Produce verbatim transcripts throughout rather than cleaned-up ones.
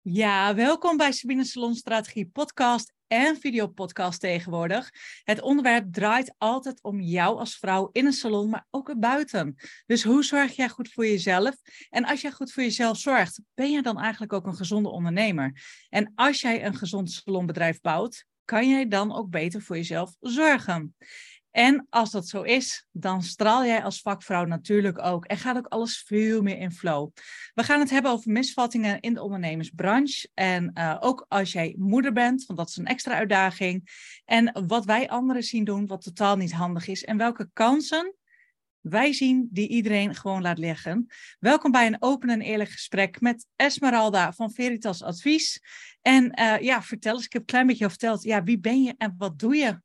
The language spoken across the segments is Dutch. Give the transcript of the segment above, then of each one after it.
Ja, welkom bij Sabine Salon Strategie podcast en videopodcast tegenwoordig. Het onderwerp draait altijd om jou als vrouw in een salon, maar ook erbuiten. Dus hoe zorg jij goed voor jezelf? En als jij goed voor jezelf zorgt, ben je dan eigenlijk ook een gezonde ondernemer? En als jij een gezond salonbedrijf bouwt, kan jij dan ook beter voor jezelf zorgen? En als dat zo is, dan straal jij als vakvrouw natuurlijk ook en gaat ook alles veel meer in flow. We gaan het hebben over misvattingen in de ondernemersbranche. En uh, ook als jij moeder bent, want dat is een extra uitdaging. En wat wij anderen zien doen, wat totaal niet handig is. En welke kansen wij zien die iedereen gewoon laat liggen. Welkom bij een open en eerlijk gesprek met Esmeralda van Veritas Advies. En uh, ja, vertel eens, ik heb een klein beetje al verteld. Ja, wie ben je en wat doe je?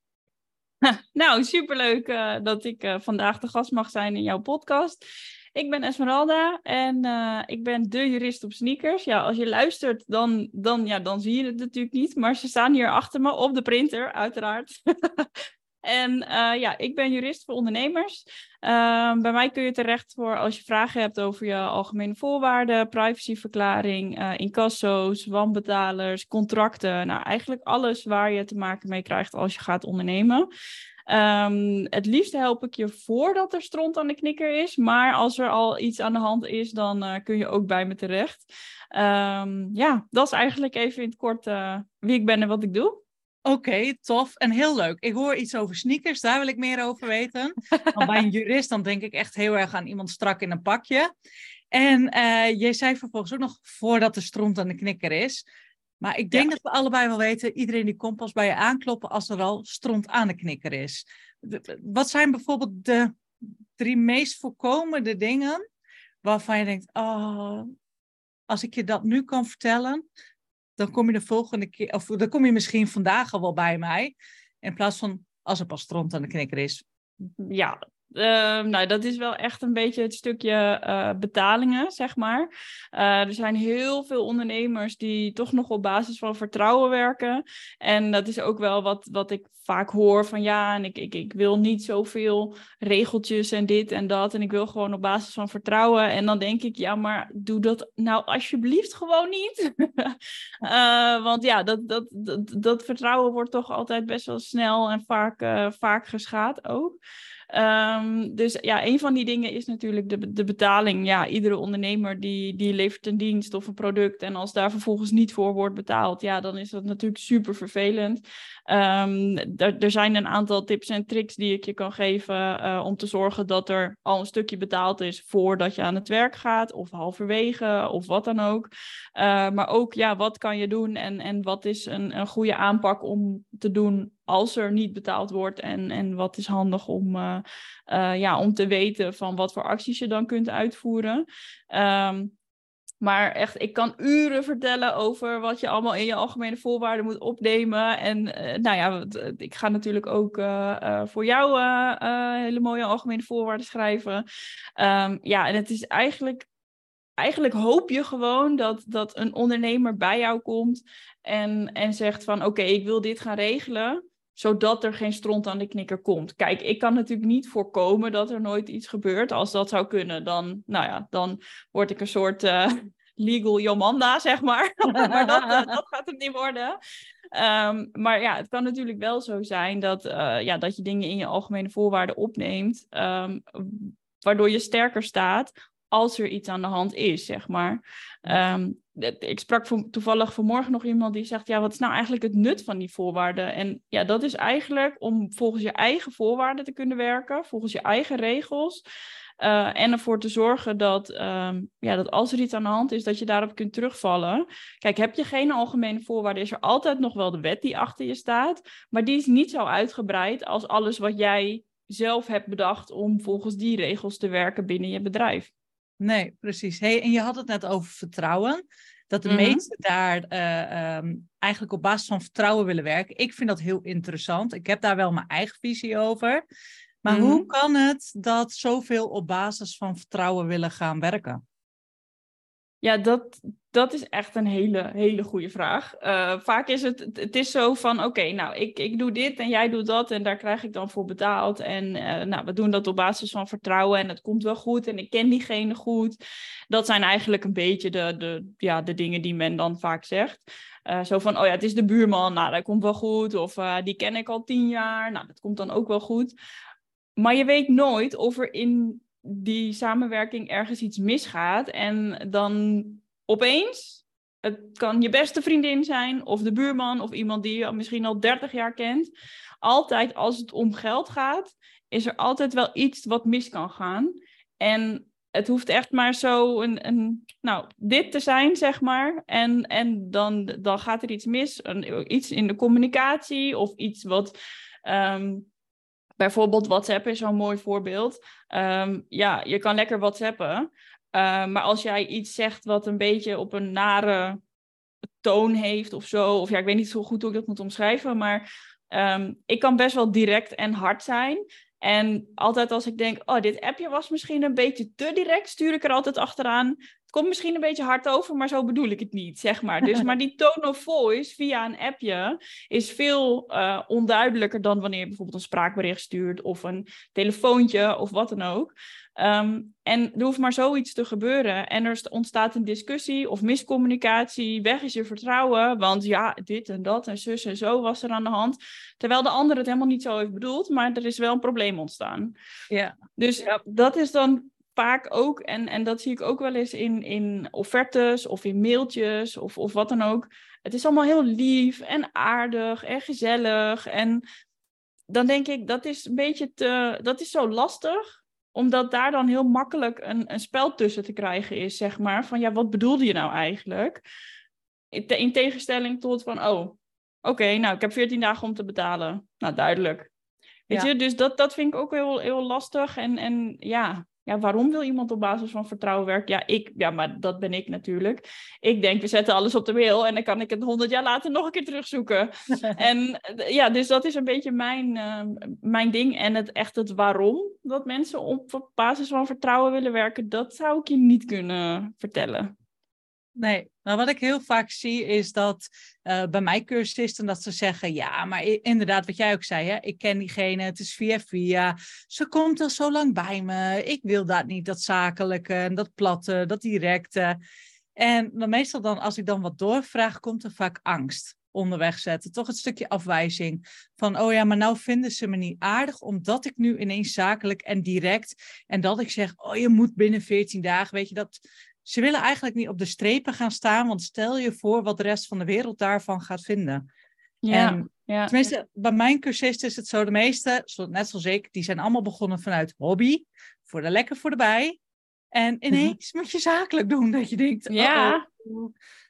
Nou, superleuk uh, dat ik uh, vandaag de gast mag zijn in jouw podcast. Ik ben Esmeralda en uh, ik ben de jurist op sneakers. Ja, als je luistert, dan, dan, ja, dan zie je het natuurlijk niet. Maar ze staan hier achter me op de printer, uiteraard. En uh, ja, ik ben jurist voor ondernemers. Uh, bij mij kun je terecht voor als je vragen hebt over je algemene voorwaarden, privacyverklaring, uh, incasso's, wanbetalers, contracten. Nou, eigenlijk alles waar je te maken mee krijgt als je gaat ondernemen. Um, het liefst help ik je voordat er stront aan de knikker is. Maar als er al iets aan de hand is, dan uh, kun je ook bij me terecht. Um, ja, dat is eigenlijk even in het kort uh, wie ik ben en wat ik doe. Oké, okay, tof en heel leuk. Ik hoor iets over sneakers, daar wil ik meer over weten. Want bij een jurist dan denk ik echt heel erg aan iemand strak in een pakje. En uh, jij zei vervolgens ook nog voordat de stront aan de knikker is. Maar ik denk ja. dat we allebei wel weten, iedereen die komt pas bij je aankloppen als er al stront aan de knikker is. Wat zijn bijvoorbeeld de drie meest voorkomende dingen waarvan je denkt, oh, als ik je dat nu kan vertellen, dan kom je de volgende keer, of dan kom je misschien vandaag al wel bij mij, in plaats van als er pas stront aan de knikker is. Ja, uh, nou dat is wel echt een beetje het stukje uh, betalingen, zeg maar. Uh, er zijn heel veel ondernemers die toch nog op basis van vertrouwen werken. En dat is ook wel wat, wat ik vaak hoor van ja, en ik, ik, ik wil niet zoveel regeltjes en dit en dat. En ik wil gewoon op basis van vertrouwen. En dan denk ik, ja, maar doe dat nou alsjeblieft gewoon niet. uh, want ja, dat, dat, dat, dat vertrouwen wordt toch altijd best wel snel en vaak, uh, vaak geschaad ook. Um, dus ja, een van die dingen is natuurlijk de, de betaling. Ja, iedere ondernemer die, die levert een dienst of een product. En als daar vervolgens niet voor wordt betaald, ja, dan is dat natuurlijk super vervelend. Um, er, er zijn een aantal tips en tricks die ik je kan geven uh, om te zorgen dat er al een stukje betaald is voordat je aan het werk gaat. Of halverwege, of wat dan ook. Uh, maar ook, ja, wat kan je doen en, en wat is een, een goede aanpak om te doen als er niet betaald wordt en, en wat is handig om, uh, uh, ja, om te weten van wat voor acties je dan kunt uitvoeren. Um, maar echt, ik kan uren vertellen over wat je allemaal in je algemene voorwaarden moet opnemen. En uh, nou ja, ik ga natuurlijk ook uh, uh, voor jou uh, uh, hele mooie algemene voorwaarden schrijven. Um, ja, en het is eigenlijk... Eigenlijk hoop je gewoon dat, dat een ondernemer bij jou komt en, en zegt van oké, okay, ik wil dit gaan regelen, zodat er geen stront aan de knikker komt. Kijk, ik kan natuurlijk niet voorkomen dat er nooit iets gebeurt. Als dat zou kunnen, dan, nou ja, dan word ik een soort uh, legal Jomanda, zeg maar. maar dat, uh, dat gaat het niet worden. Um, maar ja, het kan natuurlijk wel zo zijn dat, uh, ja, dat je dingen in je algemene voorwaarden opneemt, um, waardoor je sterker staat als er iets aan de hand is, zeg maar. Um, ik sprak toevallig vanmorgen nog iemand die zegt, ja, wat is nou eigenlijk het nut van die voorwaarden? En ja, dat is eigenlijk om volgens je eigen voorwaarden te kunnen werken, volgens je eigen regels. Uh, en ervoor te zorgen dat, um, ja, dat als er iets aan de hand is, dat je daarop kunt terugvallen. Kijk, heb je geen algemene voorwaarden, is er altijd nog wel de wet die achter je staat. Maar die is niet zo uitgebreid als alles wat jij zelf hebt bedacht om volgens die regels te werken binnen je bedrijf. Nee, precies. Hey, en je had het net over vertrouwen. Dat de Mm-hmm. meesten daar uh, um, eigenlijk op basis van vertrouwen willen werken. Ik vind dat heel interessant. Ik heb daar wel mijn eigen visie over. Maar mm-hmm. hoe kan het dat zoveel op basis van vertrouwen willen gaan werken? Ja, dat, dat is echt een hele, hele goede vraag. Uh, vaak is het, het is zo van, oké, okay, nou, ik, ik doe dit en jij doet dat en daar krijg ik dan voor betaald. En uh, nou, we doen dat op basis van vertrouwen en het komt wel goed en ik ken diegene goed. Dat zijn eigenlijk een beetje de, de, ja, de dingen die men dan vaak zegt. Uh, zo van, oh ja, het is de buurman, nou, dat komt wel goed. Of uh, die ken ik al tien jaar, nou, dat komt dan ook wel goed. Maar je weet nooit of er in die samenwerking ergens iets misgaat en dan opeens, het kan je beste vriendin zijn of de buurman of iemand die je misschien al dertig jaar kent. Altijd als het om geld gaat, is er altijd wel iets wat mis kan gaan. En het hoeft echt maar zo een, een nou, dit te zijn, zeg maar. En, en dan, dan gaat er iets mis, een, iets in de communicatie of iets wat... Um, Bijvoorbeeld WhatsApp is zo'n mooi voorbeeld. Um, ja, je kan lekker WhatsAppen. Uh, maar als jij iets zegt wat een beetje op een nare toon heeft of zo. Of ja, ik weet niet zo goed hoe ik dat moet omschrijven. Maar um, ik kan best wel direct en hard zijn. En altijd als ik denk, oh, dit appje was misschien een beetje te direct, stuur ik er altijd achteraan. Het komt misschien een beetje hard over, maar zo bedoel ik het niet, zeg maar. Dus, maar die tone of voice via een appje is veel uh, onduidelijker dan wanneer je bijvoorbeeld een spraakbericht stuurt of een telefoontje of wat dan ook. Um, en er hoeft maar zoiets te gebeuren en er ontstaat een discussie of miscommunicatie, weg is je vertrouwen, want ja, dit en dat en zus en zo was er aan de hand. Terwijl de ander het helemaal niet zo heeft bedoeld, maar er is wel een probleem ontstaan. Ja. Dus ja, dat is dan vaak ook, en, en dat zie ik ook wel eens in, in offertes of in mailtjes of, of wat dan ook. Het is allemaal heel lief en aardig en gezellig. En dan denk ik, dat is een beetje te, dat is zo lastig, omdat daar dan heel makkelijk een, een spel tussen te krijgen is, zeg maar. Van ja, wat bedoelde je nou eigenlijk? In, te, in tegenstelling tot van, oh, oké, okay, nou, ik heb veertien dagen om te betalen. Nou, duidelijk. Weet ja. je, dus dat, dat vind ik ook heel, heel lastig. En, en ja, ja, waarom wil iemand op basis van vertrouwen werken? Ja, ik, ja, maar dat ben ik natuurlijk. Ik denk, we zetten alles op de mail en dan kan ik het honderd jaar later nog een keer terugzoeken. En ja, dus dat is een beetje mijn, uh, mijn ding. En het echt het waarom dat mensen op basis van vertrouwen willen werken, dat zou ik je niet kunnen vertellen. Nee, maar wat ik heel vaak zie is dat uh, bij mijn cursisten dat ze zeggen, ja, maar inderdaad wat jij ook zei, hè, ik ken diegene, het is via via, ze komt al zo lang bij me, ik wil dat niet, dat zakelijke, dat platte, dat directe. En dan meestal dan, als ik dan wat doorvraag, komt er vaak angst onderweg zetten, toch het stukje afwijzing van, oh ja, maar nou vinden ze me niet aardig, omdat ik nu ineens zakelijk en direct, en dat ik zeg, oh je moet binnen veertien dagen, weet je, dat... Ze willen eigenlijk niet op de strepen gaan staan, want stel je voor wat de rest van de wereld daarvan gaat vinden. Ja, en, ja. Tenminste, bij mijn cursisten is het zo, de meeste, net zoals ik, die zijn allemaal begonnen vanuit hobby, voor de lekker voor de bij. En ineens moet je zakelijk doen, dat je denkt, ja. Uh-oh.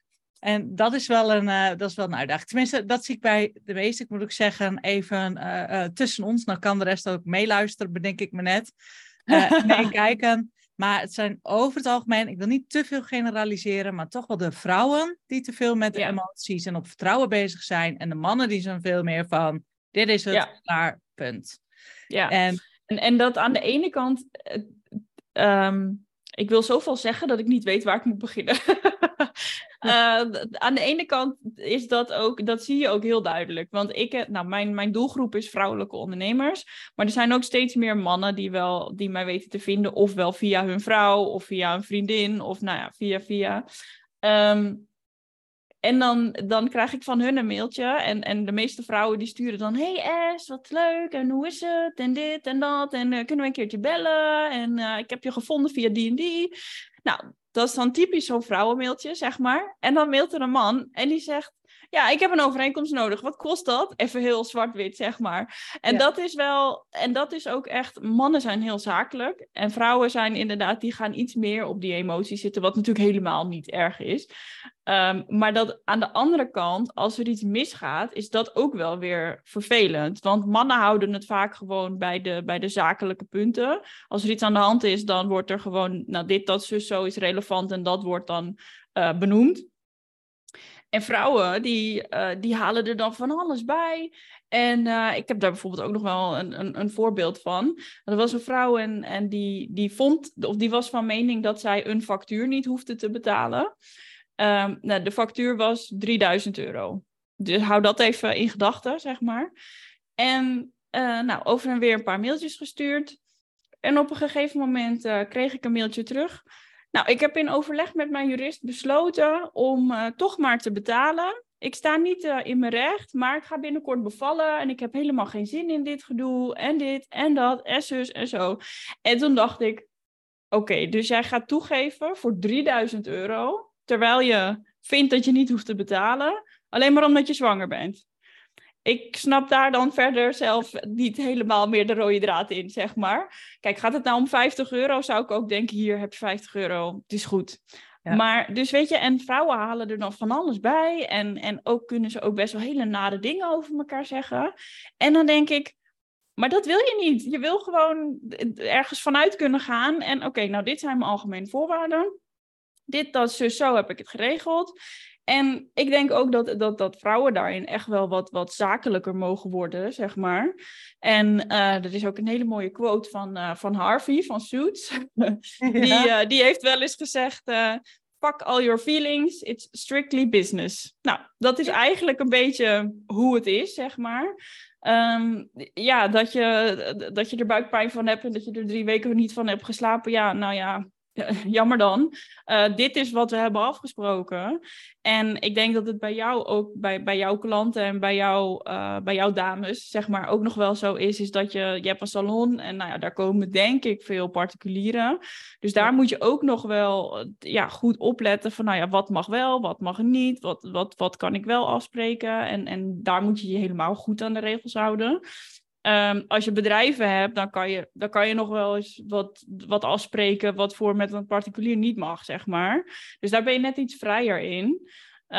En dat is, wel een, uh, dat is wel een uitdaging. Tenminste, dat zie ik bij de meeste, ik moet ook zeggen, even uh, uh, tussen ons. Nou kan de rest ook meeluisteren, bedenk ik me net. Uh, meekijken. Maar het zijn over het algemeen, ik wil niet te veel generaliseren, maar toch wel de vrouwen die te veel met de ja. emoties en op vertrouwen bezig zijn. En de mannen die zijn veel meer van, dit is het, ja. klaar, punt. Ja, en, en, en dat aan de ene kant, uh, um, ik wil zoveel zeggen dat ik niet weet waar ik moet beginnen. uh, aan de ene kant is dat ook, dat zie je ook heel duidelijk. Want ik, nou, mijn, mijn doelgroep is vrouwelijke ondernemers. Maar er zijn ook steeds meer mannen die, wel, die mij weten te vinden. Ofwel via hun vrouw, of via een vriendin, of nou ja, via via. Um, en dan, dan krijg ik van hun een mailtje. En, en de meeste vrouwen die sturen dan... Hey Ash, wat leuk. En hoe is het? En dit en dat. En uh, kunnen we een keertje bellen? En uh, ik heb je gevonden via die en die. Nou, dat is dan typisch zo'n vrouwenmailtje, zeg maar. En dan mailt er een man en die zegt... Ja, ik heb een overeenkomst nodig. Wat kost dat? Even heel zwart-wit, zeg maar. En ja. dat is wel... En dat is ook echt... Mannen zijn heel zakelijk. En vrouwen zijn inderdaad... Die gaan iets meer op die emoties zitten. Wat natuurlijk helemaal niet erg is. Um, maar dat aan de andere kant... Als er iets misgaat... Is dat ook wel weer vervelend. Want mannen houden het vaak gewoon bij de, bij de zakelijke punten. Als er iets aan de hand is... Dan wordt er gewoon... Nou, dit, dat, zus, zo is relevant. En dat wordt dan uh, benoemd. En vrouwen, die, uh, die halen er dan van alles bij. En uh, ik heb daar bijvoorbeeld ook nog wel een, een, een voorbeeld van. Er was een vrouw en, en die, die vond, of die was van mening dat zij een factuur niet hoefde te betalen. Um, nou, de factuur was drieduizend euro. Dus hou dat even in gedachten, zeg maar. En uh, nou, over en weer een paar mailtjes gestuurd. En op een gegeven moment uh, kreeg ik een mailtje terug. Nou, ik heb in overleg met mijn jurist besloten om uh, toch maar te betalen. Ik sta niet uh, in mijn recht, maar ik ga binnenkort bevallen en ik heb helemaal geen zin in dit gedoe en dit en dat en zus en zo. En toen dacht ik, oké, okay, dus jij gaat toegeven voor drieduizend euro, terwijl je vindt dat je niet hoeft te betalen, alleen maar omdat je zwanger bent. Ik snap daar dan verder zelf niet helemaal meer de rode draad in, zeg maar. Kijk, gaat het nou om vijftig euro, zou ik ook denken, hier heb je vijftig euro, het is goed. Ja. Maar dus weet je, en vrouwen halen er dan van alles bij. En, en ook kunnen ze ook best wel hele nare dingen over elkaar zeggen. En dan denk ik, maar dat wil je niet. Je wil gewoon ergens vanuit kunnen gaan. En oké, okay, nou dit zijn mijn algemene voorwaarden. Dit, dat, zo, zo heb ik het geregeld. En ik denk ook dat, dat, dat vrouwen daarin echt wel wat, wat zakelijker mogen worden, zeg maar. En uh, er is ook een hele mooie quote van, uh, van Harvey, van Suits. die, ja. uh, die heeft wel eens gezegd, uh, fuck all your feelings, it's strictly business. Nou, dat is eigenlijk een beetje hoe het is, zeg maar. Um, ja, dat je, dat je er buikpijn van hebt en dat je er drie weken niet van hebt geslapen. Ja, nou ja... Jammer dan. Uh, dit is wat we hebben afgesproken. En ik denk dat het bij jou ook, bij, bij jouw klanten en bij, jou, uh, bij jouw dames, zeg maar, ook nog wel zo is, is dat je, je hebt een salon en nou ja, daar komen denk ik veel particulieren. Dus daar moet je ook nog wel ja, goed opletten van, nou ja, wat mag wel, wat mag niet, wat, wat, wat kan ik wel afspreken. En, en daar moet je je helemaal goed aan de regels houden. Um, als je bedrijven hebt, dan kan je, dan kan je nog wel eens wat, wat afspreken wat voor met een particulier niet mag, zeg maar. Dus daar ben je net iets vrijer in.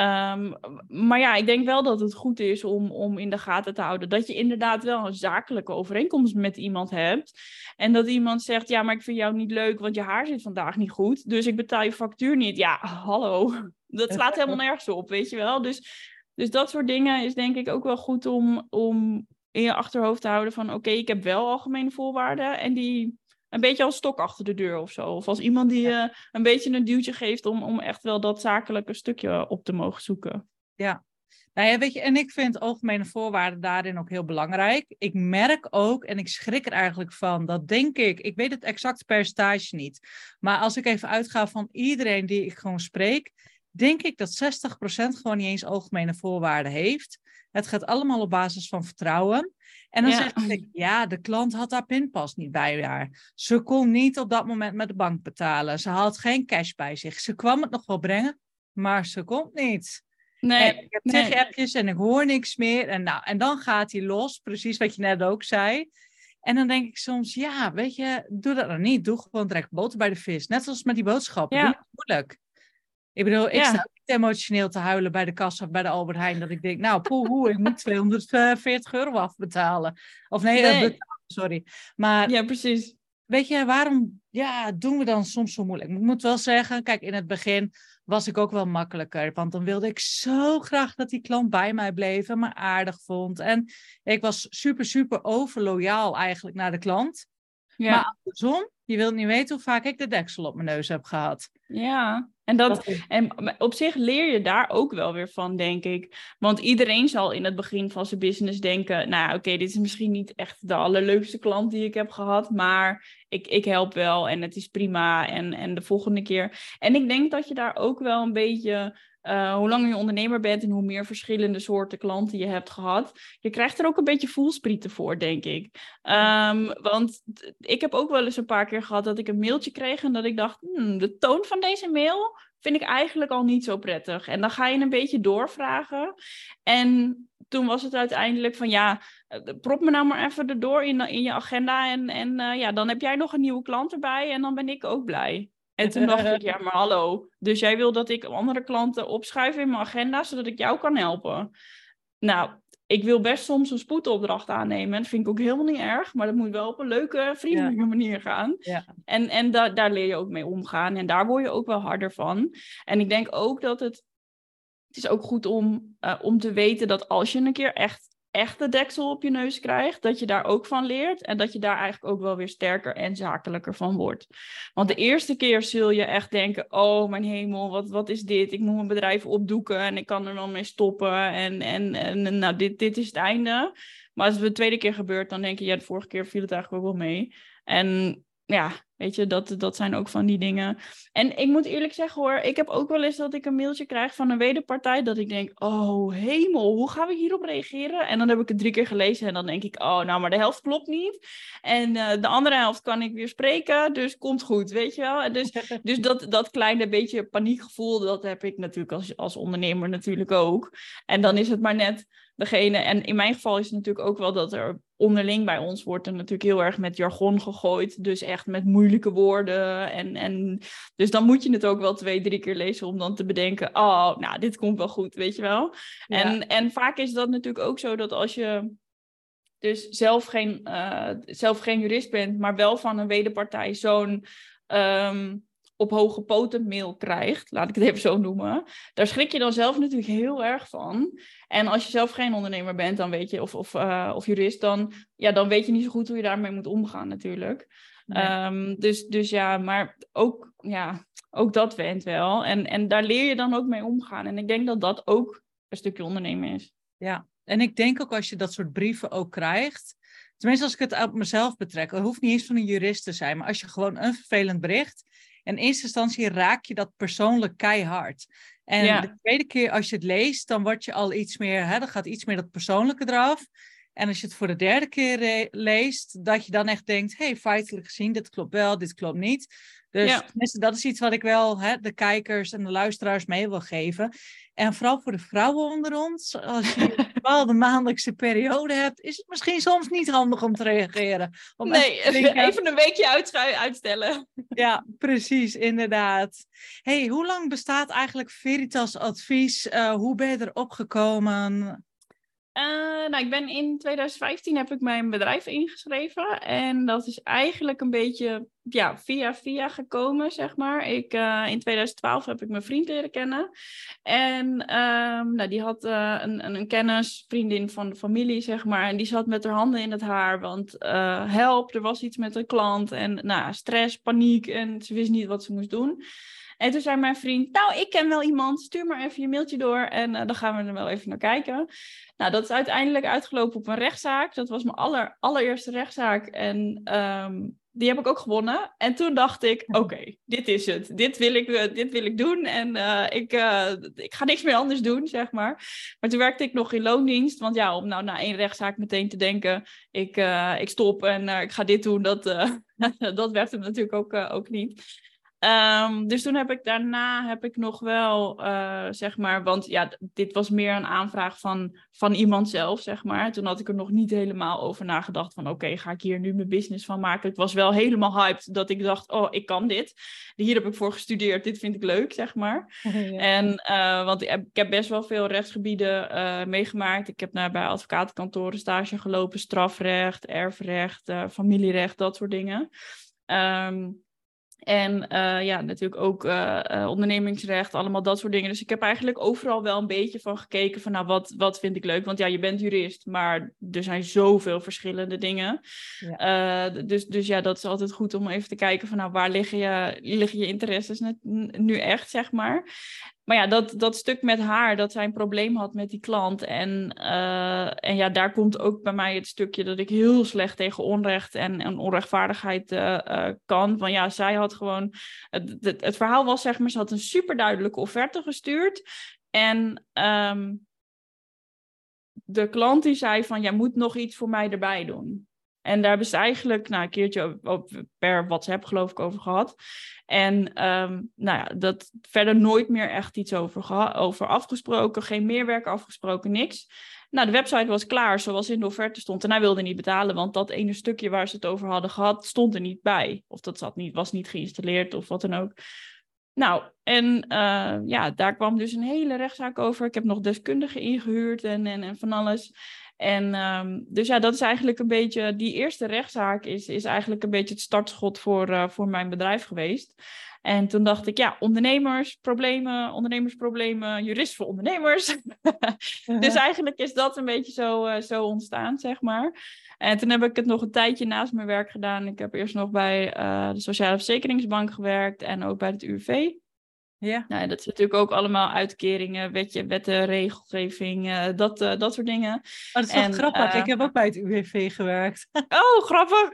Um, maar ja, ik denk wel dat het goed is om, om in de gaten te houden dat je inderdaad wel een zakelijke overeenkomst met iemand hebt. En dat iemand zegt, ja, maar ik vind jou niet leuk, want je haar zit vandaag niet goed. Dus ik betaal je factuur niet. Ja, hallo. Dat slaat helemaal nergens op, weet je wel. Dus, dus dat soort dingen is denk ik ook wel goed om... om in je achterhoofd te houden van... oké, okay, ik heb wel algemene voorwaarden... en die een beetje als stok achter de deur of zo. Of als iemand die uh, een beetje een duwtje geeft... Om, om echt wel dat zakelijke stukje op te mogen zoeken. Ja. Nou ja, weet je, en ik vind algemene voorwaarden daarin ook heel belangrijk. Ik merk ook, en ik schrik er eigenlijk van... dat denk ik, ik weet het exacte percentage niet... maar als ik even uitga van iedereen die ik gewoon spreek... denk ik dat zestig procent gewoon niet eens algemene voorwaarden heeft... Het gaat allemaal op basis van vertrouwen. En dan ja. zeg ik, ja, de klant had haar pinpas niet bij haar. Ze kon niet op dat moment met de bank betalen. Ze had geen cash bij zich. Ze kwam het nog wel brengen, maar ze komt niet. Nee, en ik heb tig nee. appjes en ik hoor niks meer. En, nou, en dan gaat hij los, precies wat je net ook zei. En dan denk ik soms, ja, weet je, doe dat nou niet. Doe gewoon direct boter bij de vis. Net zoals met die boodschappen. Ja. Doe het moeilijk. Ik bedoel, ik ja. sta niet emotioneel te huilen bij de kassa of bij de Albert Heijn. Dat ik denk, nou, poehoe, ik moet tweehonderdveertig euro afbetalen. Of nee, nee. Uh, betalen, sorry. Maar ja, precies. Weet je, waarom ja, doen we dan soms zo moeilijk? Ik moet wel zeggen, kijk, in het begin was ik ook wel makkelijker. Want dan wilde ik zo graag dat die klant bij mij bleef en me aardig vond. En ik was super, super overloyaal eigenlijk naar de klant. Ja. Maar andersom, je wilt niet weten hoe vaak ik de deksel op mijn neus heb gehad. Ja, en, dat, dat en op zich leer je daar ook wel weer van, denk ik. Want iedereen zal in het begin van zijn business denken... nou, oké, okay, dit is misschien niet echt de allerleukste klant die ik heb gehad... maar ik, ik help wel en het is prima en, en de volgende keer. En ik denk dat je daar ook wel een beetje... Uh, hoe langer je ondernemer bent en hoe meer verschillende soorten klanten je hebt gehad, je krijgt er ook een beetje voelsprieten voor, denk ik. Um, want t- ik heb ook wel eens een paar keer gehad dat ik een mailtje kreeg en dat ik dacht, hmm, de toon van deze mail vind ik eigenlijk al niet zo prettig. En dan ga je een beetje doorvragen. En toen was het uiteindelijk van, ja, prop me nou maar even erdoor in, in je agenda en, en uh, ja, dan heb jij nog een nieuwe klant erbij en dan ben ik ook blij. En toen dacht ik, ja, maar hallo. Dus jij wil dat ik andere klanten opschuif in mijn agenda, zodat ik jou kan helpen. Nou, ik wil best soms een spoedopdracht aannemen. Dat vind ik ook helemaal niet erg. Maar dat moet wel op een leuke, vriendelijke ja. manier gaan. Ja. En, en da- daar leer je ook mee omgaan. En daar word je ook wel harder van. En ik denk ook dat het het is ook goed om, uh, om te weten dat als je een keer echt, echt de deksel op je neus krijgt, dat je daar ook van leert en dat je daar eigenlijk ook wel weer sterker en zakelijker van wordt. Want de eerste keer zul je echt denken, oh mijn hemel, wat, wat is dit? Ik moet mijn bedrijf opdoeken en ik kan er wel mee stoppen en, en, en nou, dit, dit is het einde. Maar als het de tweede keer gebeurt, dan denk je, ja, de vorige keer viel het eigenlijk ook wel mee. En ja, weet je, dat, dat zijn ook van die dingen. En ik moet eerlijk zeggen hoor, ik heb ook wel eens dat ik een mailtje krijg van een wederpartij, dat ik denk, oh hemel, hoe gaan we hierop reageren? En dan heb ik het drie keer gelezen en dan denk ik, oh nou, maar de helft klopt niet. En uh, de andere helft kan ik weer spreken, dus komt goed, weet je wel. En dus dus dat, dat kleine beetje paniekgevoel, dat heb ik natuurlijk als, als ondernemer natuurlijk ook. En dan is het maar net degene, en in mijn geval is het natuurlijk ook wel dat er onderling bij ons wordt er natuurlijk heel erg met jargon gegooid. Dus echt met moeilijke woorden. En, en, dus dan moet je het ook wel twee, drie keer lezen om dan te bedenken, oh, nou, dit komt wel goed, weet je wel. Ja. En, en vaak is dat natuurlijk ook zo dat als je dus zelf geen, uh, zelf geen jurist bent, maar wel van een wederpartij zo'n Um, op hoge poten mail krijgt, laat ik het even zo noemen, daar schrik je dan zelf natuurlijk heel erg van. En als je zelf geen ondernemer bent, dan weet je, of, of, uh, of jurist, dan, ja, dan weet je niet zo goed hoe je daarmee moet omgaan natuurlijk. Nee. Um, dus, dus ja, maar ook, ja, ook dat went wel. En, en daar leer je dan ook mee omgaan. En ik denk dat dat ook een stukje ondernemen is. Ja, en ik denk ook als je dat soort brieven ook krijgt, tenminste als ik het op mezelf betrek, het hoeft niet eens van een jurist te zijn, maar als je gewoon een vervelend bericht, in eerste instantie raak je dat persoonlijk keihard. En ja. de tweede keer als je het leest, dan word je al iets meer, hè, dan gaat iets meer dat persoonlijke eraf. En als je het voor de derde keer re- leest, dat je dan echt denkt, hé, hey, feitelijk gezien, dit klopt wel, dit klopt niet. Dus ja. dat is iets wat ik wel hè, de kijkers en de luisteraars mee wil geven. En vooral voor de vrouwen onder ons, als je een bepaalde maandelijkse periode hebt, is het misschien soms niet handig om te reageren. Om nee, even, denken, even een weekje uit, uitstellen. Ja, precies, inderdaad. Hey, hoe lang bestaat eigenlijk Veritas Advies? Uh, hoe ben je erop gekomen? Uh, nou, ik ben in twintig vijftien heb ik mijn bedrijf ingeschreven. En dat is eigenlijk een beetje ja, via via gekomen, zeg maar. Ik, uh, in twintig twaalf heb ik mijn vriend leren kennen. En um, nou, die had uh, een, een kennis, vriendin van de familie, zeg maar. En die zat met haar handen in het haar. Want uh, help, er was iets met een klant. En nou, stress, paniek. En ze wist niet wat ze moest doen. En toen zei mijn vriend, nou, ik ken wel iemand, stuur maar even je mailtje door en uh, dan gaan we er wel even naar kijken. Nou, dat is uiteindelijk uitgelopen op een rechtszaak. Dat was mijn aller, allereerste rechtszaak en um, die heb ik ook gewonnen. En toen dacht ik, oké, okay, dit is het. Dit wil ik, uh, dit wil ik doen en uh, ik, uh, ik ga niks meer anders doen, zeg maar. Maar toen werkte ik nog in loondienst, want ja, om nou na één rechtszaak meteen te denken, ik, uh, ik stop en uh, ik ga dit doen, dat, uh, dat werd hem natuurlijk ook, uh, ook niet. Um, dus toen heb ik daarna heb ik nog wel, uh, zeg maar, want ja, dit was meer een aanvraag van, van iemand zelf, zeg maar. Toen had ik er nog niet helemaal over nagedacht van, oké, okay, ga ik hier nu mijn business van maken? Ik was wel helemaal hyped dat ik dacht, oh, ik kan dit. Hier heb ik voor gestudeerd, dit vind ik leuk, zeg maar. Ja. En, uh, want ik heb, ik heb best wel veel rechtsgebieden uh, meegemaakt. Ik heb naar, bij advocatenkantoren stage gelopen, strafrecht, erfrecht, uh, familierecht, dat soort dingen. Um, En uh, ja, natuurlijk ook uh, uh, ondernemingsrecht, allemaal dat soort dingen. Dus ik heb eigenlijk overal wel een beetje van gekeken van, nou, wat, wat vind ik leuk? Want ja, je bent jurist, maar er zijn zoveel verschillende dingen. Ja. Uh, dus, dus ja, dat is altijd goed om even te kijken van, nou, waar liggen je, liggen je interesses nu echt, zeg maar. Maar ja, dat, dat stuk met haar, dat zij een probleem had met die klant. En, uh, en ja, daar komt ook bij mij het stukje dat ik heel slecht tegen onrecht en, en onrechtvaardigheid uh, uh, kan. Want ja, zij had gewoon... Het, het, het verhaal was, zeg maar, ze had een superduidelijke offerte gestuurd. En um, de klant die zei van, jij moet nog iets voor mij erbij doen. En daar hebben ze eigenlijk nou, een keertje op, per WhatsApp geloof ik over gehad. En um, nou ja, dat verder nooit meer echt iets over, geha- over afgesproken. Geen meerwerk afgesproken, niks. Nou, de website was klaar zoals in de offerte stond. En hij wilde niet betalen, want dat ene stukje waar ze het over hadden gehad, stond er niet bij. Of dat zat niet, was niet geïnstalleerd of wat dan ook. Nou, en uh, ja, daar kwam dus een hele rechtszaak over. Ik heb nog deskundigen ingehuurd en, en, en van alles. En um, dus ja, dat is eigenlijk een beetje, die eerste rechtszaak is, is eigenlijk een beetje het startschot voor, uh, voor mijn bedrijf geweest. En toen dacht ik, ja, ondernemers, problemen, ondernemersproblemen, jurist voor ondernemers. Uh-huh. Dus eigenlijk is dat een beetje zo, uh, zo ontstaan, zeg maar. En toen heb ik het nog een tijdje naast mijn werk gedaan. Ik heb eerst nog bij uh, de Sociale Verzekeringsbank gewerkt en ook bij het U W V. Ja. Nou, dat is natuurlijk ook allemaal uitkeringen, wetje, wetten, regelgeving, uh, dat, uh, dat soort dingen. Oh, dat is wel en, grappig. Uh, ik heb ook bij het U W V gewerkt. Oh, grappig.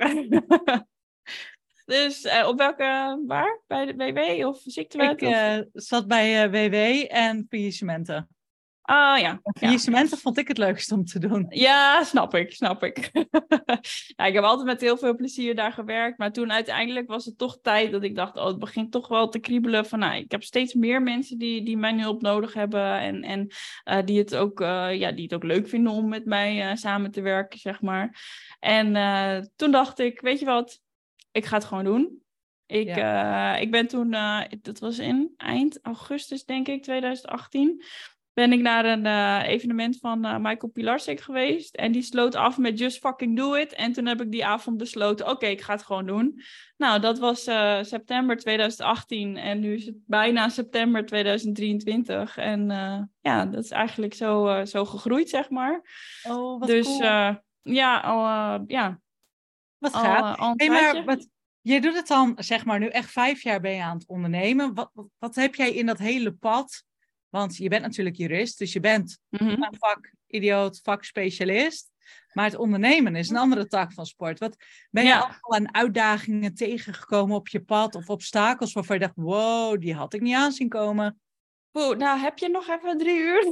Dus uh, op welke, waar? Bij de W W of ziektewet? Ik uh, zat bij uh, W W en faillissementen. Ah ja. Faillissementen ja. vond ik het leukst om te doen. Ja, snap ik, snap ik. ja, ik heb altijd met heel veel plezier daar gewerkt. Maar toen uiteindelijk was het toch tijd dat ik dacht... oh, het begint toch wel te kriebelen van... nou, ik heb steeds meer mensen die, die mijn hulp nodig hebben... en, en uh, die, het ook, uh, ja, die het ook leuk vinden om met mij uh, samen te werken, zeg maar. En uh, toen dacht ik, weet je wat... ik ga het gewoon doen. Ik, ja. uh, ik ben toen, uh, dat was in eind augustus denk ik, twintig achttien... ben ik naar een uh, evenement van uh, Michael Pilarczyk geweest. En die sloot af met Just Fucking Do It. En toen heb ik die avond besloten, oké, okay, ik ga het gewoon doen. Nou, dat was uh, september twintig achttien. En nu is het bijna september twintig drieëntwintig. En uh, ja, dat is eigenlijk zo, uh, zo gegroeid, zeg maar. Oh, wat dus, cool. Uh, ja, al, uh, ja. Wat gaaf. Uh, hey, maar wat, je doet het dan, zeg maar, nu echt vijf jaar ben je aan het ondernemen. Wat, wat, wat heb jij in dat hele pad... Want je bent natuurlijk jurist, dus je bent mm-hmm. een vakidioot, vakspecialist. Maar het ondernemen is een andere tak van sport. Wat ben je ja. allemaal aan uitdagingen tegengekomen op je pad of obstakels waarvan je dacht, wow, die had ik niet aan zien komen? Oeh, nou, heb je nog even drie uur?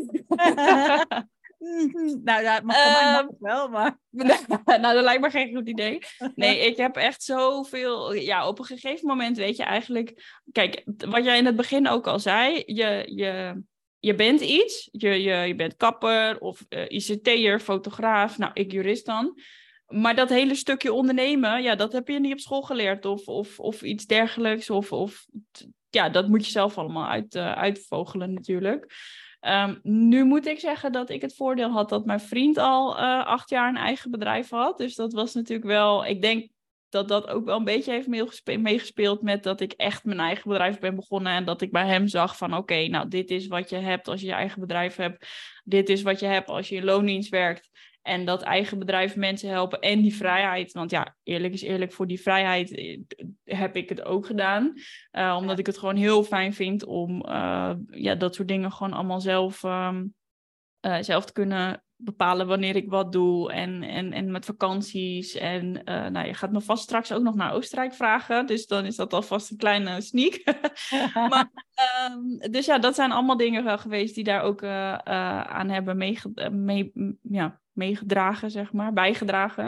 nou, ja, maar voor uh, mij mag het wel, maar... nou, dat lijkt me geen goed idee. Nee, ik heb echt zoveel... Ja, op een gegeven moment weet je eigenlijk... Kijk, wat jij in het begin ook al zei, je... je Je bent iets, je, je, je bent kapper of uh, I C T'er, fotograaf, nou, ik jurist dan. Maar dat hele stukje ondernemen, ja, dat heb je niet op school geleerd of, of, of iets dergelijks. Of, of, ja, dat moet je zelf allemaal uit, uh, uitvogelen natuurlijk. Um, nu moet ik zeggen dat ik het voordeel had dat mijn vriend al uh, acht jaar een eigen bedrijf had. Dus dat was natuurlijk wel, ik denk... dat dat ook wel een beetje heeft meegespeeld met dat ik echt mijn eigen bedrijf ben begonnen. En dat ik bij hem zag van oké, okay, nou dit is wat je hebt als je je eigen bedrijf hebt. Dit is wat je hebt als je in loondienst werkt. En dat eigen bedrijf mensen helpen en die vrijheid. Want ja, eerlijk is eerlijk, voor die vrijheid heb ik het ook gedaan. Uh, omdat ik het gewoon heel fijn vind om uh, ja, dat soort dingen gewoon allemaal zelf, um, uh, zelf te kunnen... bepalen wanneer ik wat doe en, en, en met vakanties. En uh, nou, je gaat me vast straks ook nog naar Oostenrijk vragen. Dus dan is dat alvast een kleine sneak. maar, um, dus ja, dat zijn allemaal dingen geweest die daar ook uh, uh, aan hebben meege- mee, ja, meegedragen, zeg maar, bijgedragen.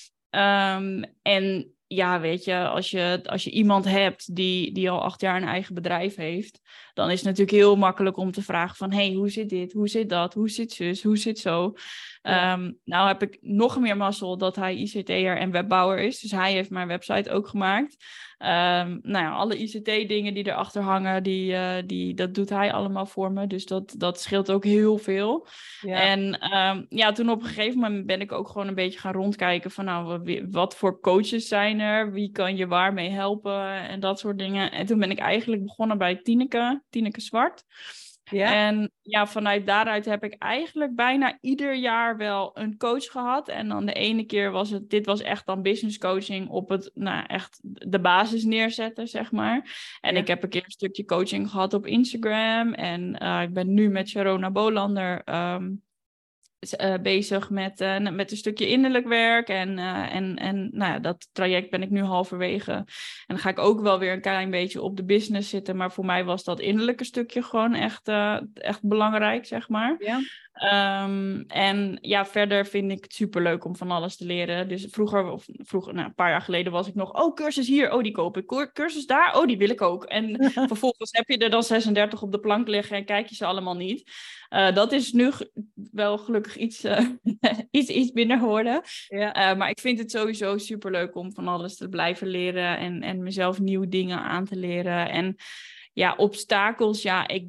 Um, en ja, weet je, als je, als je iemand hebt die, die al acht jaar een eigen bedrijf heeft, dan is het natuurlijk heel makkelijk om te vragen van, hey, hoe zit dit? Hoe zit dat? Hoe zit zus? Hoe zit zo? Ja. Um, nou heb ik nog meer mazzel dat hij I C T'er en webbouwer is. Dus hij heeft mijn website ook gemaakt. Um, nou ja, alle I C T-dingen die erachter hangen, die, uh, die, dat doet hij allemaal voor me. Dus dat, dat scheelt ook heel veel. Ja. En um, ja, toen op een gegeven moment ben ik ook gewoon een beetje gaan rondkijken van, nou, wat voor coaches zijn er? Wie kan je waarmee helpen? En dat soort dingen. En toen ben ik eigenlijk begonnen bij Tineke, Tineke Zwart. Ja. En ja, vanuit daaruit heb ik eigenlijk bijna ieder jaar wel een coach gehad. En dan de ene keer was het, dit was echt dan business coaching op het, nou echt de basis neerzetten, zeg maar. En ja. ik heb een keer een stukje coaching gehad op Instagram. En uh, ik ben nu met Sharona Bolander um, uh, bezig met, uh, met een stukje innerlijk werk. En, uh, en, en nou ja, dat traject ben ik nu halverwege. En dan ga ik ook wel weer een klein beetje op de business zitten. Maar voor mij was dat innerlijke stukje gewoon echt, uh, echt belangrijk, zeg maar. Ja. Um, en ja, verder vind ik het superleuk om van alles te leren. Dus vroeger, of vroeger, nou, een paar jaar geleden was ik nog, oh, cursus hier, oh, die koop ik. Cursus daar, oh, die wil ik ook. En vervolgens heb je er dan zesendertig op de plank liggen en kijk je ze allemaal niet. Uh, dat is nu g- wel gelukkig iets, uh, iets, iets minder geworden. Ja. Uh, maar ik vind het sowieso superleuk om van alles te blijven leren en, en mezelf nieuwe dingen aan te leren. En ja, obstakels, ja, ik denk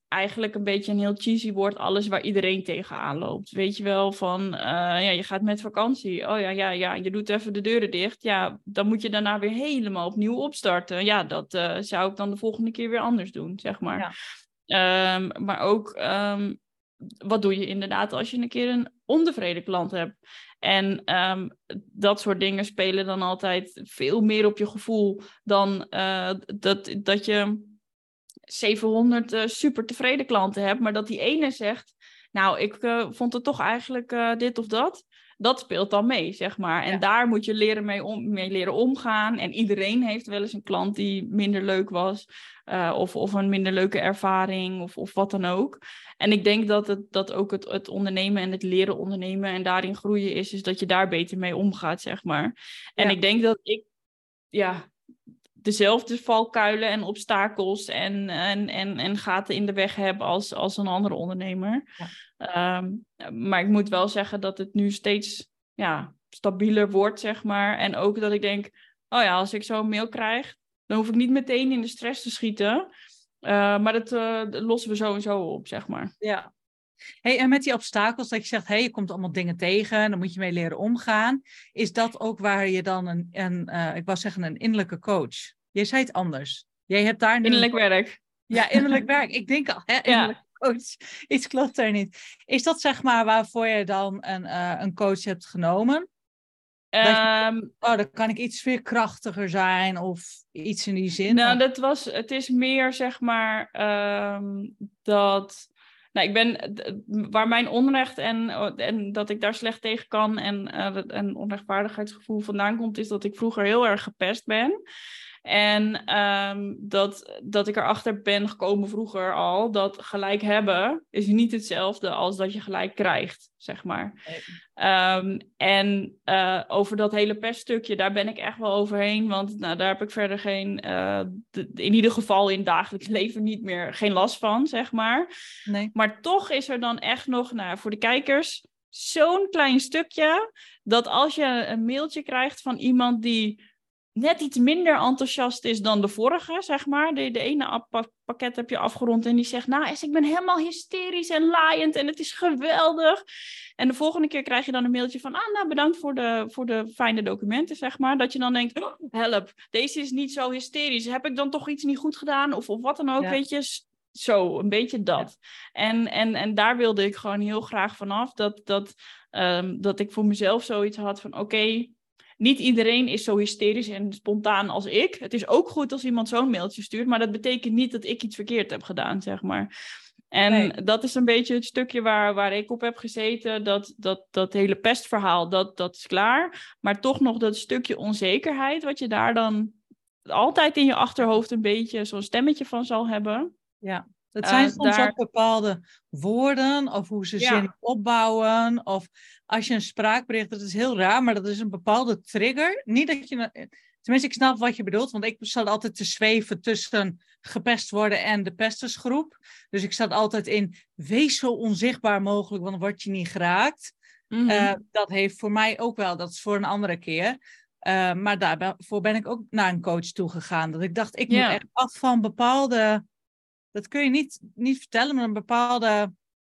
eigenlijk een beetje een heel cheesy woord, alles waar iedereen tegenaan loopt. Weet je wel, van uh, ja, je gaat met vakantie. Oh ja, ja, ja, je doet even de deuren dicht. Ja, dan moet je daarna weer helemaal opnieuw opstarten. Ja, dat uh, zou ik dan de volgende keer weer anders doen, zeg maar. Ja. Um, maar ook, um, wat doe je inderdaad als je een keer een ontevreden klant hebt? En um, dat soort dingen spelen dan altijd veel meer op je gevoel dan uh, dat, dat je zevenhonderd uh, super tevreden klanten hebt, maar dat die ene zegt, nou, ik uh, vond het toch eigenlijk uh, dit of dat. Dat speelt dan mee, zeg maar. En ja. daar moet je leren mee, om, mee leren omgaan. En iedereen heeft wel eens een klant die minder leuk was. Uh, of, of een minder leuke ervaring. Of, of wat dan ook. En ik denk dat, het, dat ook het, het ondernemen en het leren ondernemen en daarin groeien is. Is dat je daar beter mee omgaat, zeg maar. En ja. ik denk dat ik... ja. dezelfde valkuilen en obstakels en, en, en, en gaten in de weg heb als, als een andere ondernemer. Ja. Um, maar ik moet wel zeggen dat het nu steeds ja, stabieler wordt, zeg maar. En ook dat ik denk, oh ja, als ik zo'n mail krijg, dan hoef ik niet meteen in de stress te schieten. Uh, maar dat, uh, dat lossen we zo en zo op, zeg maar. Ja. Hey, en met die obstakels, dat je zegt, hey, je komt allemaal dingen tegen en dan moet je mee leren omgaan. Is dat ook waar je dan een, een uh, ik wou zeggen, een innerlijke coach... Jij zei het anders. Jij hebt daar nu... Innerlijk een... werk. Ja, innerlijk werk. Ik denk al, hè, innerlijk ja. coach. Iets klopt er niet. Is dat zeg maar waarvoor je dan een, uh, een coach hebt genomen? Um, je, oh, dan kan ik iets veerkrachtiger zijn of iets in die zin. Nou, of... dat was... Het is meer zeg maar um, dat... Nou, ik ben... Waar mijn onrecht en, en dat ik daar slecht tegen kan en uh, een onrechtvaardigheidsgevoel vandaan komt, is dat ik vroeger heel erg gepest ben. En um, dat, dat ik erachter ben gekomen vroeger al, dat gelijk hebben is niet hetzelfde als dat je gelijk krijgt, zeg maar. Nee. Um, en uh, over dat hele peststukje, daar ben ik echt wel overheen, want nou, daar heb ik verder geen, uh, de, in ieder geval in het dagelijks leven niet meer, geen last van, zeg maar. Nee. Maar toch is er dan echt nog, nou, voor de kijkers, zo'n klein stukje, dat als je een mailtje krijgt van iemand die net iets minder enthousiast is dan de vorige, zeg maar. De, de ene pakket heb je afgerond en die zegt, nou, ik ben helemaal hysterisch en laaiend en het is geweldig. En de volgende keer krijg je dan een mailtje van, ah, nou, bedankt voor de, voor de fijne documenten, zeg maar. Dat je dan denkt, oh, help, deze is niet zo hysterisch. Heb ik dan toch iets niet goed gedaan? Of, of wat dan ook, ja. weet je. Zo, een beetje dat. Ja. En, en, en daar wilde ik gewoon heel graag vanaf. Dat, dat, um, dat ik voor mezelf zoiets had van, oké, okay, niet iedereen is zo hysterisch en spontaan als ik. Het is ook goed als iemand zo'n mailtje stuurt, maar dat betekent niet dat ik iets verkeerd heb gedaan, zeg maar. En nee. dat is een beetje het stukje waar, waar ik op heb gezeten. Dat, dat, dat hele pestverhaal, dat, dat is klaar. Maar toch nog dat stukje onzekerheid, wat je daar dan altijd in je achterhoofd een beetje zo'n stemmetje van zal hebben. Ja. Het zijn uh, soms daar... ook bepaalde woorden of hoe ze ja. zin opbouwen. Of als je een spraakbericht, dat is heel raar, maar dat is een bepaalde trigger. Niet dat je... Tenminste, ik snap wat je bedoelt, want ik zat altijd te zweven tussen gepest worden en de pestersgroep. Dus ik zat altijd in, wees zo onzichtbaar mogelijk, want dan word je niet geraakt. Mm-hmm. Uh, dat heeft voor mij ook wel, dat is voor een andere keer. Uh, maar daarvoor ben ik ook naar een coach toegegaan. Dat ik dacht, ik yeah. moet echt af van bepaalde... Dat kun je niet, niet vertellen met een bepaalde,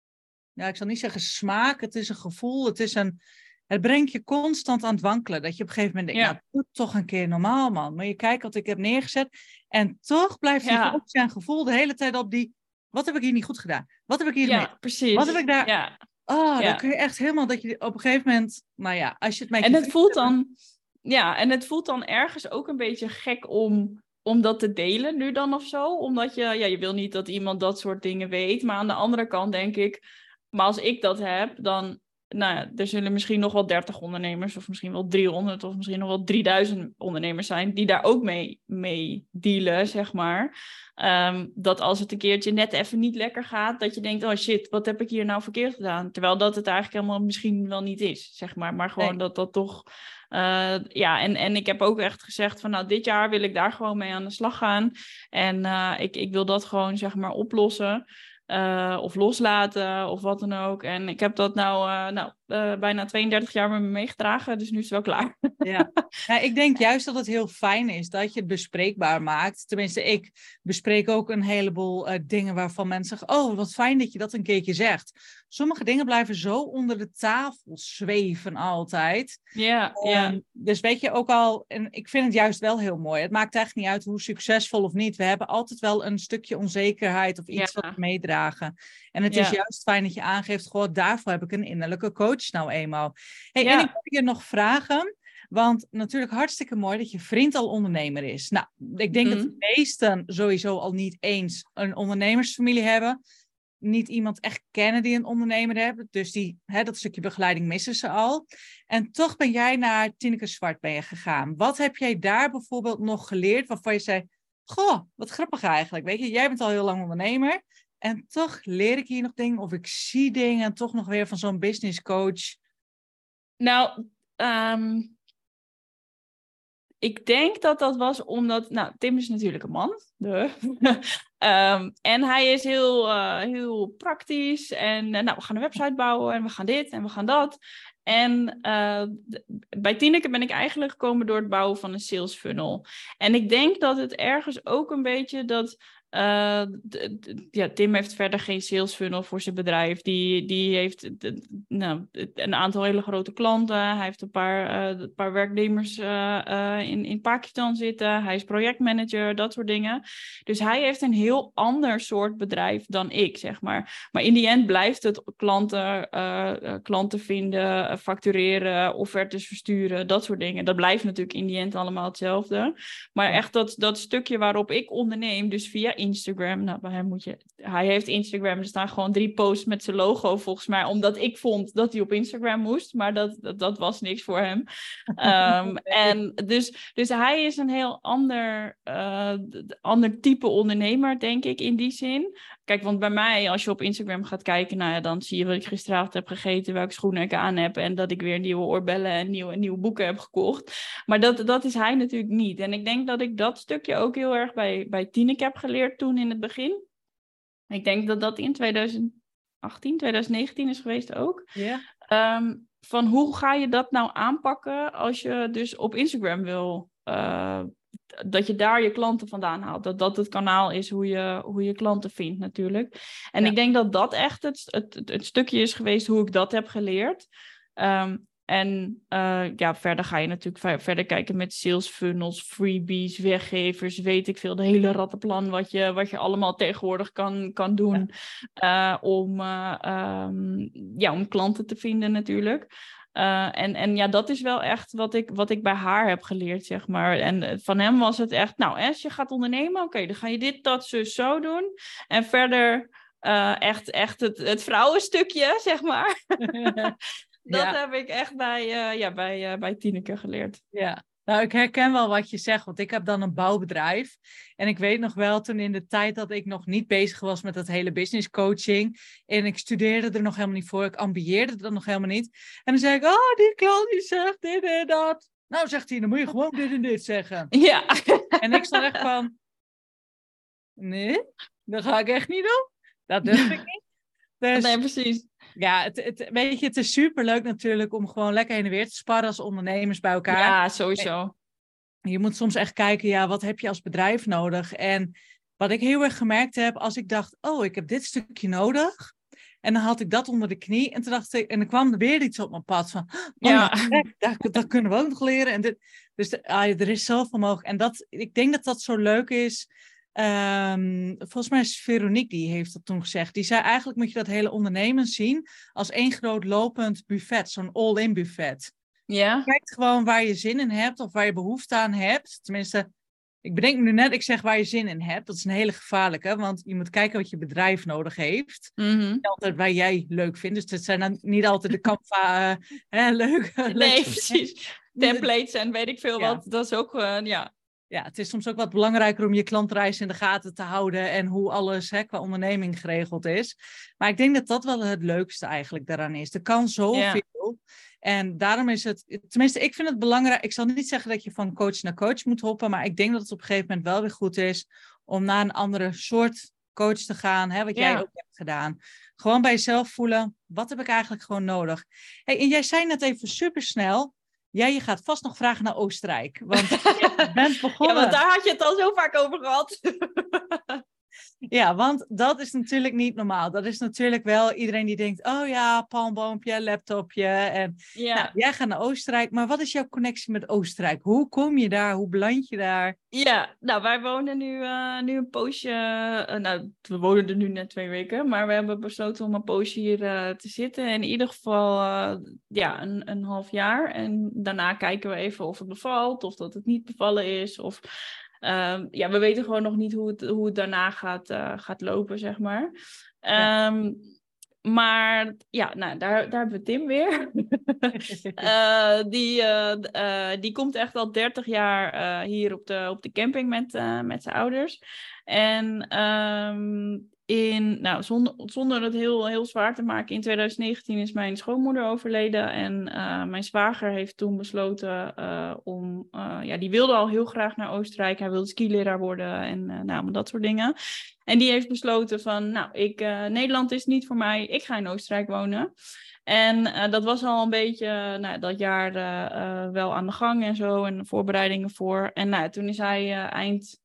ja, ik zal niet zeggen smaak, het is een gevoel, het is een, het brengt je constant aan het wankelen. Dat je op een gegeven moment denkt, ja. nou, doe toch een keer normaal, man. Maar je kijkt wat ik heb neergezet en toch blijft ja. die focus en gevoel de hele tijd op die, wat heb ik hier niet goed gedaan? Wat heb ik hier ja, gemist? Precies. Wat heb ik daar? Ja. Oh, ja. dan kun je echt helemaal, dat je op een gegeven moment, nou ja, als je het met en je het voelt dan, ja, en het voelt dan ergens ook een beetje gek om... om dat te delen nu dan of zo. Omdat je, ja, je wil niet dat iemand dat soort dingen weet. Maar aan de andere kant denk ik, maar als ik dat heb, dan, nou ja, er zullen misschien nog wel dertig ondernemers, of misschien wel driehonderd, of misschien nog wel drieduizend ondernemers zijn, die daar ook mee, mee dealen, zeg maar. Um, dat als het een keertje net even niet lekker gaat, dat je denkt, oh shit, wat heb ik hier nou verkeerd gedaan? Terwijl dat het eigenlijk helemaal misschien wel niet is, zeg maar. Maar gewoon nee. dat dat toch... Uh, ja, en, en ik heb ook echt gezegd van, nou, dit jaar wil ik daar gewoon mee aan de slag gaan. En uh, ik, ik wil dat gewoon, zeg maar, oplossen. Uh, of loslaten, of wat dan ook. En ik heb dat nou, uh, nou uh, bijna tweeëndertig jaar met me meegedragen, dus nu is het wel klaar. Ja. Ja, ik denk juist dat het heel fijn is dat je het bespreekbaar maakt. Tenminste, ik bespreek ook een heleboel uh, dingen waarvan mensen zeggen, oh, wat fijn dat je dat een keertje zegt. Sommige dingen blijven zo onder de tafel zweven altijd. Ja, ja. Um, dus weet je ook al, en ik vind het juist wel heel mooi. Het maakt eigenlijk niet uit hoe succesvol of niet. We hebben altijd wel een stukje onzekerheid of iets Ja. wat we meedragen. En het Ja. is juist fijn dat je aangeeft, goh, daarvoor heb ik een innerlijke coach nou eenmaal. Hey, Ja. En ik wil je nog vragen, want natuurlijk hartstikke mooi dat je vriend al ondernemer is. Nou, ik denk Mhm. dat de meesten sowieso al niet eens een ondernemersfamilie hebben. Niet iemand echt kennen die een ondernemer hebben. Dus die, hè, dat stukje begeleiding missen ze al. En toch ben jij naar Tineke Zwart ben je gegaan. Wat heb jij daar bijvoorbeeld nog geleerd waarvan je zei, goh, wat grappig eigenlijk. Weet je, jij bent al heel lang ondernemer. En toch leer ik hier nog dingen of ik zie dingen en toch nog weer van zo'n business coach. Nou, um, ik denk dat dat was omdat... Nou, Tim is natuurlijk een man. um, en hij is heel, uh, heel praktisch. En uh, nou, we gaan een website bouwen en we gaan dit en we gaan dat. En uh, d- bij Tineke ben ik eigenlijk gekomen door het bouwen van een sales funnel. En ik denk dat het ergens ook een beetje dat... Uh, d- d- ja, Tim heeft verder geen sales funnel voor zijn bedrijf. Die, die heeft d- nou, een aantal hele grote klanten. Hij heeft een paar, uh, een paar werknemers uh, uh, in, in Pakistan zitten. Hij is projectmanager, dat soort dingen. Dus hij heeft een heel ander soort bedrijf dan ik, zeg maar. Maar in die end blijft het klanten, uh, uh, klanten vinden, uh, factureren, offertes versturen, dat soort dingen. Dat blijft natuurlijk in die end allemaal hetzelfde. Maar Ja. echt dat, dat stukje waarop ik onderneem, dus via Instagram. Nou, bij hem moet je... Hij heeft Instagram, er staan gewoon drie posts met zijn logo volgens mij, omdat ik vond dat hij op Instagram moest, maar dat, dat, dat was niks voor hem. Um, en dus, dus hij is een heel ander, uh, ander type ondernemer, denk ik, in die zin. Kijk, want bij mij, als je op Instagram gaat kijken, nou ja, dan zie je wat ik gisteravond heb gegeten, welke schoenen ik aan heb en dat ik weer nieuwe oorbellen en nieuwe, nieuwe boeken heb gekocht. Maar dat, dat is hij natuurlijk niet. En ik denk dat ik dat stukje ook heel erg bij, bij Tineke heb geleerd toen in het begin. Ik denk dat dat in twintig achttien, twintig negentien is geweest ook. Ja. Um, van hoe ga je dat nou aanpakken als je dus op Instagram wil... Uh, dat je daar je klanten vandaan haalt. Dat dat het kanaal is hoe je, hoe je klanten vindt natuurlijk. En Ja. ik denk dat dat echt het, het, het, het stukje is geweest hoe ik dat heb geleerd. Um, en uh, ja, verder ga je natuurlijk verder kijken met sales funnels, freebies, weggevers, weet ik veel. De hele rattenplan wat je, wat je allemaal tegenwoordig kan, kan doen ja. uh, om, uh, um, ja, om klanten te vinden natuurlijk. Uh, en, en ja, dat is wel echt wat ik, wat ik bij haar heb geleerd, zeg maar. En van hem was het echt, nou, als je gaat ondernemen, oké, okay, dan ga je dit, dat, zo, zo doen. En verder uh, echt, echt het, het vrouwenstukje, zeg maar. Dat ja. heb ik echt bij, uh, ja, bij, uh, bij Tineke geleerd. Ja, nou ik herken wel wat je zegt, want ik heb dan een bouwbedrijf. En ik weet nog wel, toen in de tijd dat ik nog niet bezig was met dat hele business coaching. En ik studeerde er nog helemaal niet voor, ik ambieerde er nog helemaal niet. En dan zei ik, oh die klant die zegt dit en dat. Nou zegt hij, dan moet je gewoon dit en dit zeggen. Ja. En ik stond echt van, nee, dat ga ik echt niet doen. Dat durf ik niet. Dus, nee, precies. Ja, het, het, weet je, het is superleuk natuurlijk om gewoon lekker heen en weer te sparren als ondernemers bij elkaar. Ja, sowieso. Je moet soms echt kijken, ja, wat heb je als bedrijf nodig? En wat ik heel erg gemerkt heb, als ik dacht, oh, ik heb dit stukje nodig. En dan had ik dat onder de knie. En toen dacht ik, en dan kwam er weer iets op mijn pad van, oh ja, ja dat, dat kunnen we ook nog leren. En dit, dus de, ah, er is zoveel mogelijk. En dat, ik denk dat dat zo leuk is. Um, volgens mij is Veronique, die heeft dat toen gezegd. Die zei, eigenlijk moet je dat hele ondernemen zien als één groot lopend buffet. Zo'n all-in buffet. Ja. Je kijkt gewoon waar je zin in hebt of waar je behoefte aan hebt. Tenminste, ik bedenk me nu net, ik zeg waar je zin in hebt. Dat is een hele gevaarlijke, want je moet kijken wat je bedrijf nodig heeft. Mm-hmm. Niet altijd waar jij leuk vindt. Dus dat zijn dan niet altijd de Canva uh, hè, leuk. Nee, leuk. Precies. Templates en weet ik veel ja. wat. Dat is ook, uh, ja... Ja, het is soms ook wat belangrijker om je klantreis in de gaten te houden en hoe alles hè, qua onderneming geregeld is. Maar ik denk dat dat wel het leukste eigenlijk daaraan is. Er kan zoveel. Ja. En daarom is het, tenminste ik vind het belangrijk, ik zal niet zeggen dat je van coach naar coach moet hoppen, maar ik denk dat het op een gegeven moment wel weer goed is om naar een andere soort coach te gaan, hè, wat ja. jij ook hebt gedaan. Gewoon bij jezelf voelen, wat heb ik eigenlijk gewoon nodig? Hey, en jij zei net even supersnel, Ja, je gaat vast nog vragen naar Oostenrijk. Want je bent begonnen. Ja, want daar had je het al zo vaak over gehad. Ja, want dat is natuurlijk niet normaal. Dat is natuurlijk wel iedereen die denkt, oh ja, palmboompje, laptopje. En Ja. nou, jij gaat naar Oostenrijk. Maar wat is jouw connectie met Oostenrijk? Hoe kom je daar? Hoe beland je daar? Ja, nou wij wonen nu, uh, nu een poosje, uh, nou we wonen er nu net twee weken, maar we hebben besloten om een poosje hier uh, te zitten. In ieder geval uh, ja, een, een half jaar. En daarna kijken we even of het bevalt, of dat het niet bevallen is. Of um, ja, we weten gewoon nog niet hoe het, hoe het daarna gaat, uh, gaat lopen, zeg maar. Ja. Um, Maar ja, nou, daar, daar hebben we Tim weer. uh, die, uh, uh, die komt echt al dertig jaar uh, hier op de, op de camping met, uh, met zijn ouders. En um, in, nou, zonder, zonder het heel, heel zwaar te maken, in twintig negentien is mijn schoonmoeder overleden. En uh, mijn zwager heeft toen besloten uh, om... Uh, ja, die wilde al heel graag naar Oostenrijk. Hij wilde skileraar worden en uh, nou, dat soort dingen. En die heeft besloten van, nou, ik, uh, Nederland is niet voor mij, ik ga in Oostenrijk wonen. En uh, dat was al een beetje, nou, dat jaar uh, uh, wel aan de gang en zo, en voorbereidingen voor. En nou, toen is hij uh, eind,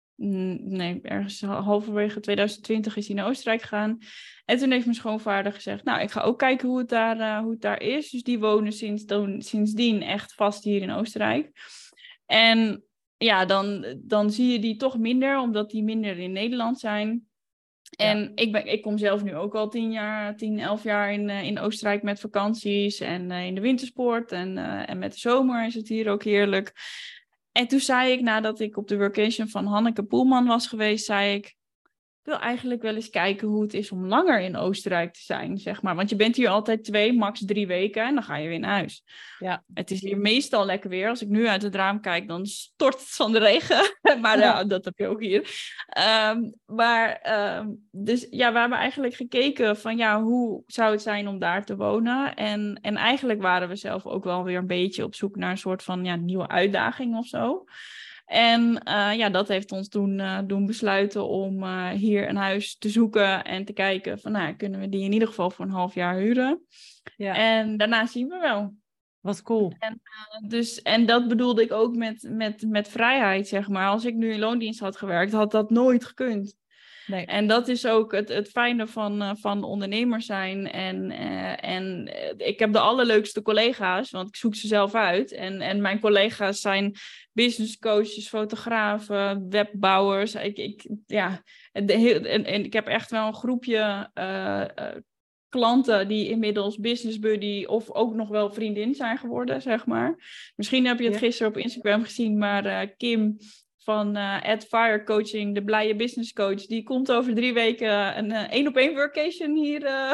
mm, nee, ergens halverwege twintig twintig is hij naar Oostenrijk gegaan. En toen heeft mijn schoonvader gezegd, nou, ik ga ook kijken hoe het daar, uh, hoe het daar is. Dus die wonen sinds, dan, sindsdien echt vast hier in Oostenrijk. En... Ja, dan, dan zie je die toch minder, omdat die minder in Nederland zijn. En ja. ik, ben, ik kom zelf nu ook al tien jaar, tien, elf jaar in, uh, in Oostenrijk met vakanties en uh, in de wintersport. En, uh, en met de zomer is het hier ook heerlijk. En toen zei ik, nadat ik op de workation van Hanneke Poelman was geweest, zei ik... Ik wil eigenlijk wel eens kijken hoe het is om langer in Oostenrijk te zijn, zeg maar. Want je bent hier altijd twee, max drie weken en dan ga je weer naar huis. Ja. Het is hier meestal lekker weer. Als ik nu uit het raam kijk, dan stort het van de regen. Maar ja, dat heb je ook hier. Um, maar, um, dus ja, we hebben eigenlijk gekeken van, ja, hoe zou het zijn om daar te wonen? En, en eigenlijk waren we zelf ook wel weer een beetje op zoek naar een soort van, ja, nieuwe uitdaging of zo. En uh, ja, dat heeft ons toen uh, doen besluiten om uh, hier een huis te zoeken en te kijken van, nou, kunnen we die in ieder geval voor een half jaar huren. Ja. En daarna zien we wel. Wat cool. En, uh, dus, en dat bedoelde ik ook met, met, met vrijheid, zeg maar. Als ik nu in loondienst had gewerkt, had dat nooit gekund. Nee. En dat is ook het, het fijne van, uh, van ondernemer zijn. En, uh, en uh, ik heb de allerleukste collega's, want ik zoek ze zelf uit. En, en mijn collega's zijn business coaches, fotografen, webbouwers. Ik, ik, ja, de heel, en, en ik heb echt wel een groepje uh, uh, klanten die inmiddels business buddy of ook nog wel vriendin zijn geworden, zeg maar. Misschien heb je het ja. gisteren op Instagram gezien, maar uh, Kim... van uh, Ad Fire Coaching, de blije business coach. Die komt over drie weken een uh, één-op-één workation hier uh,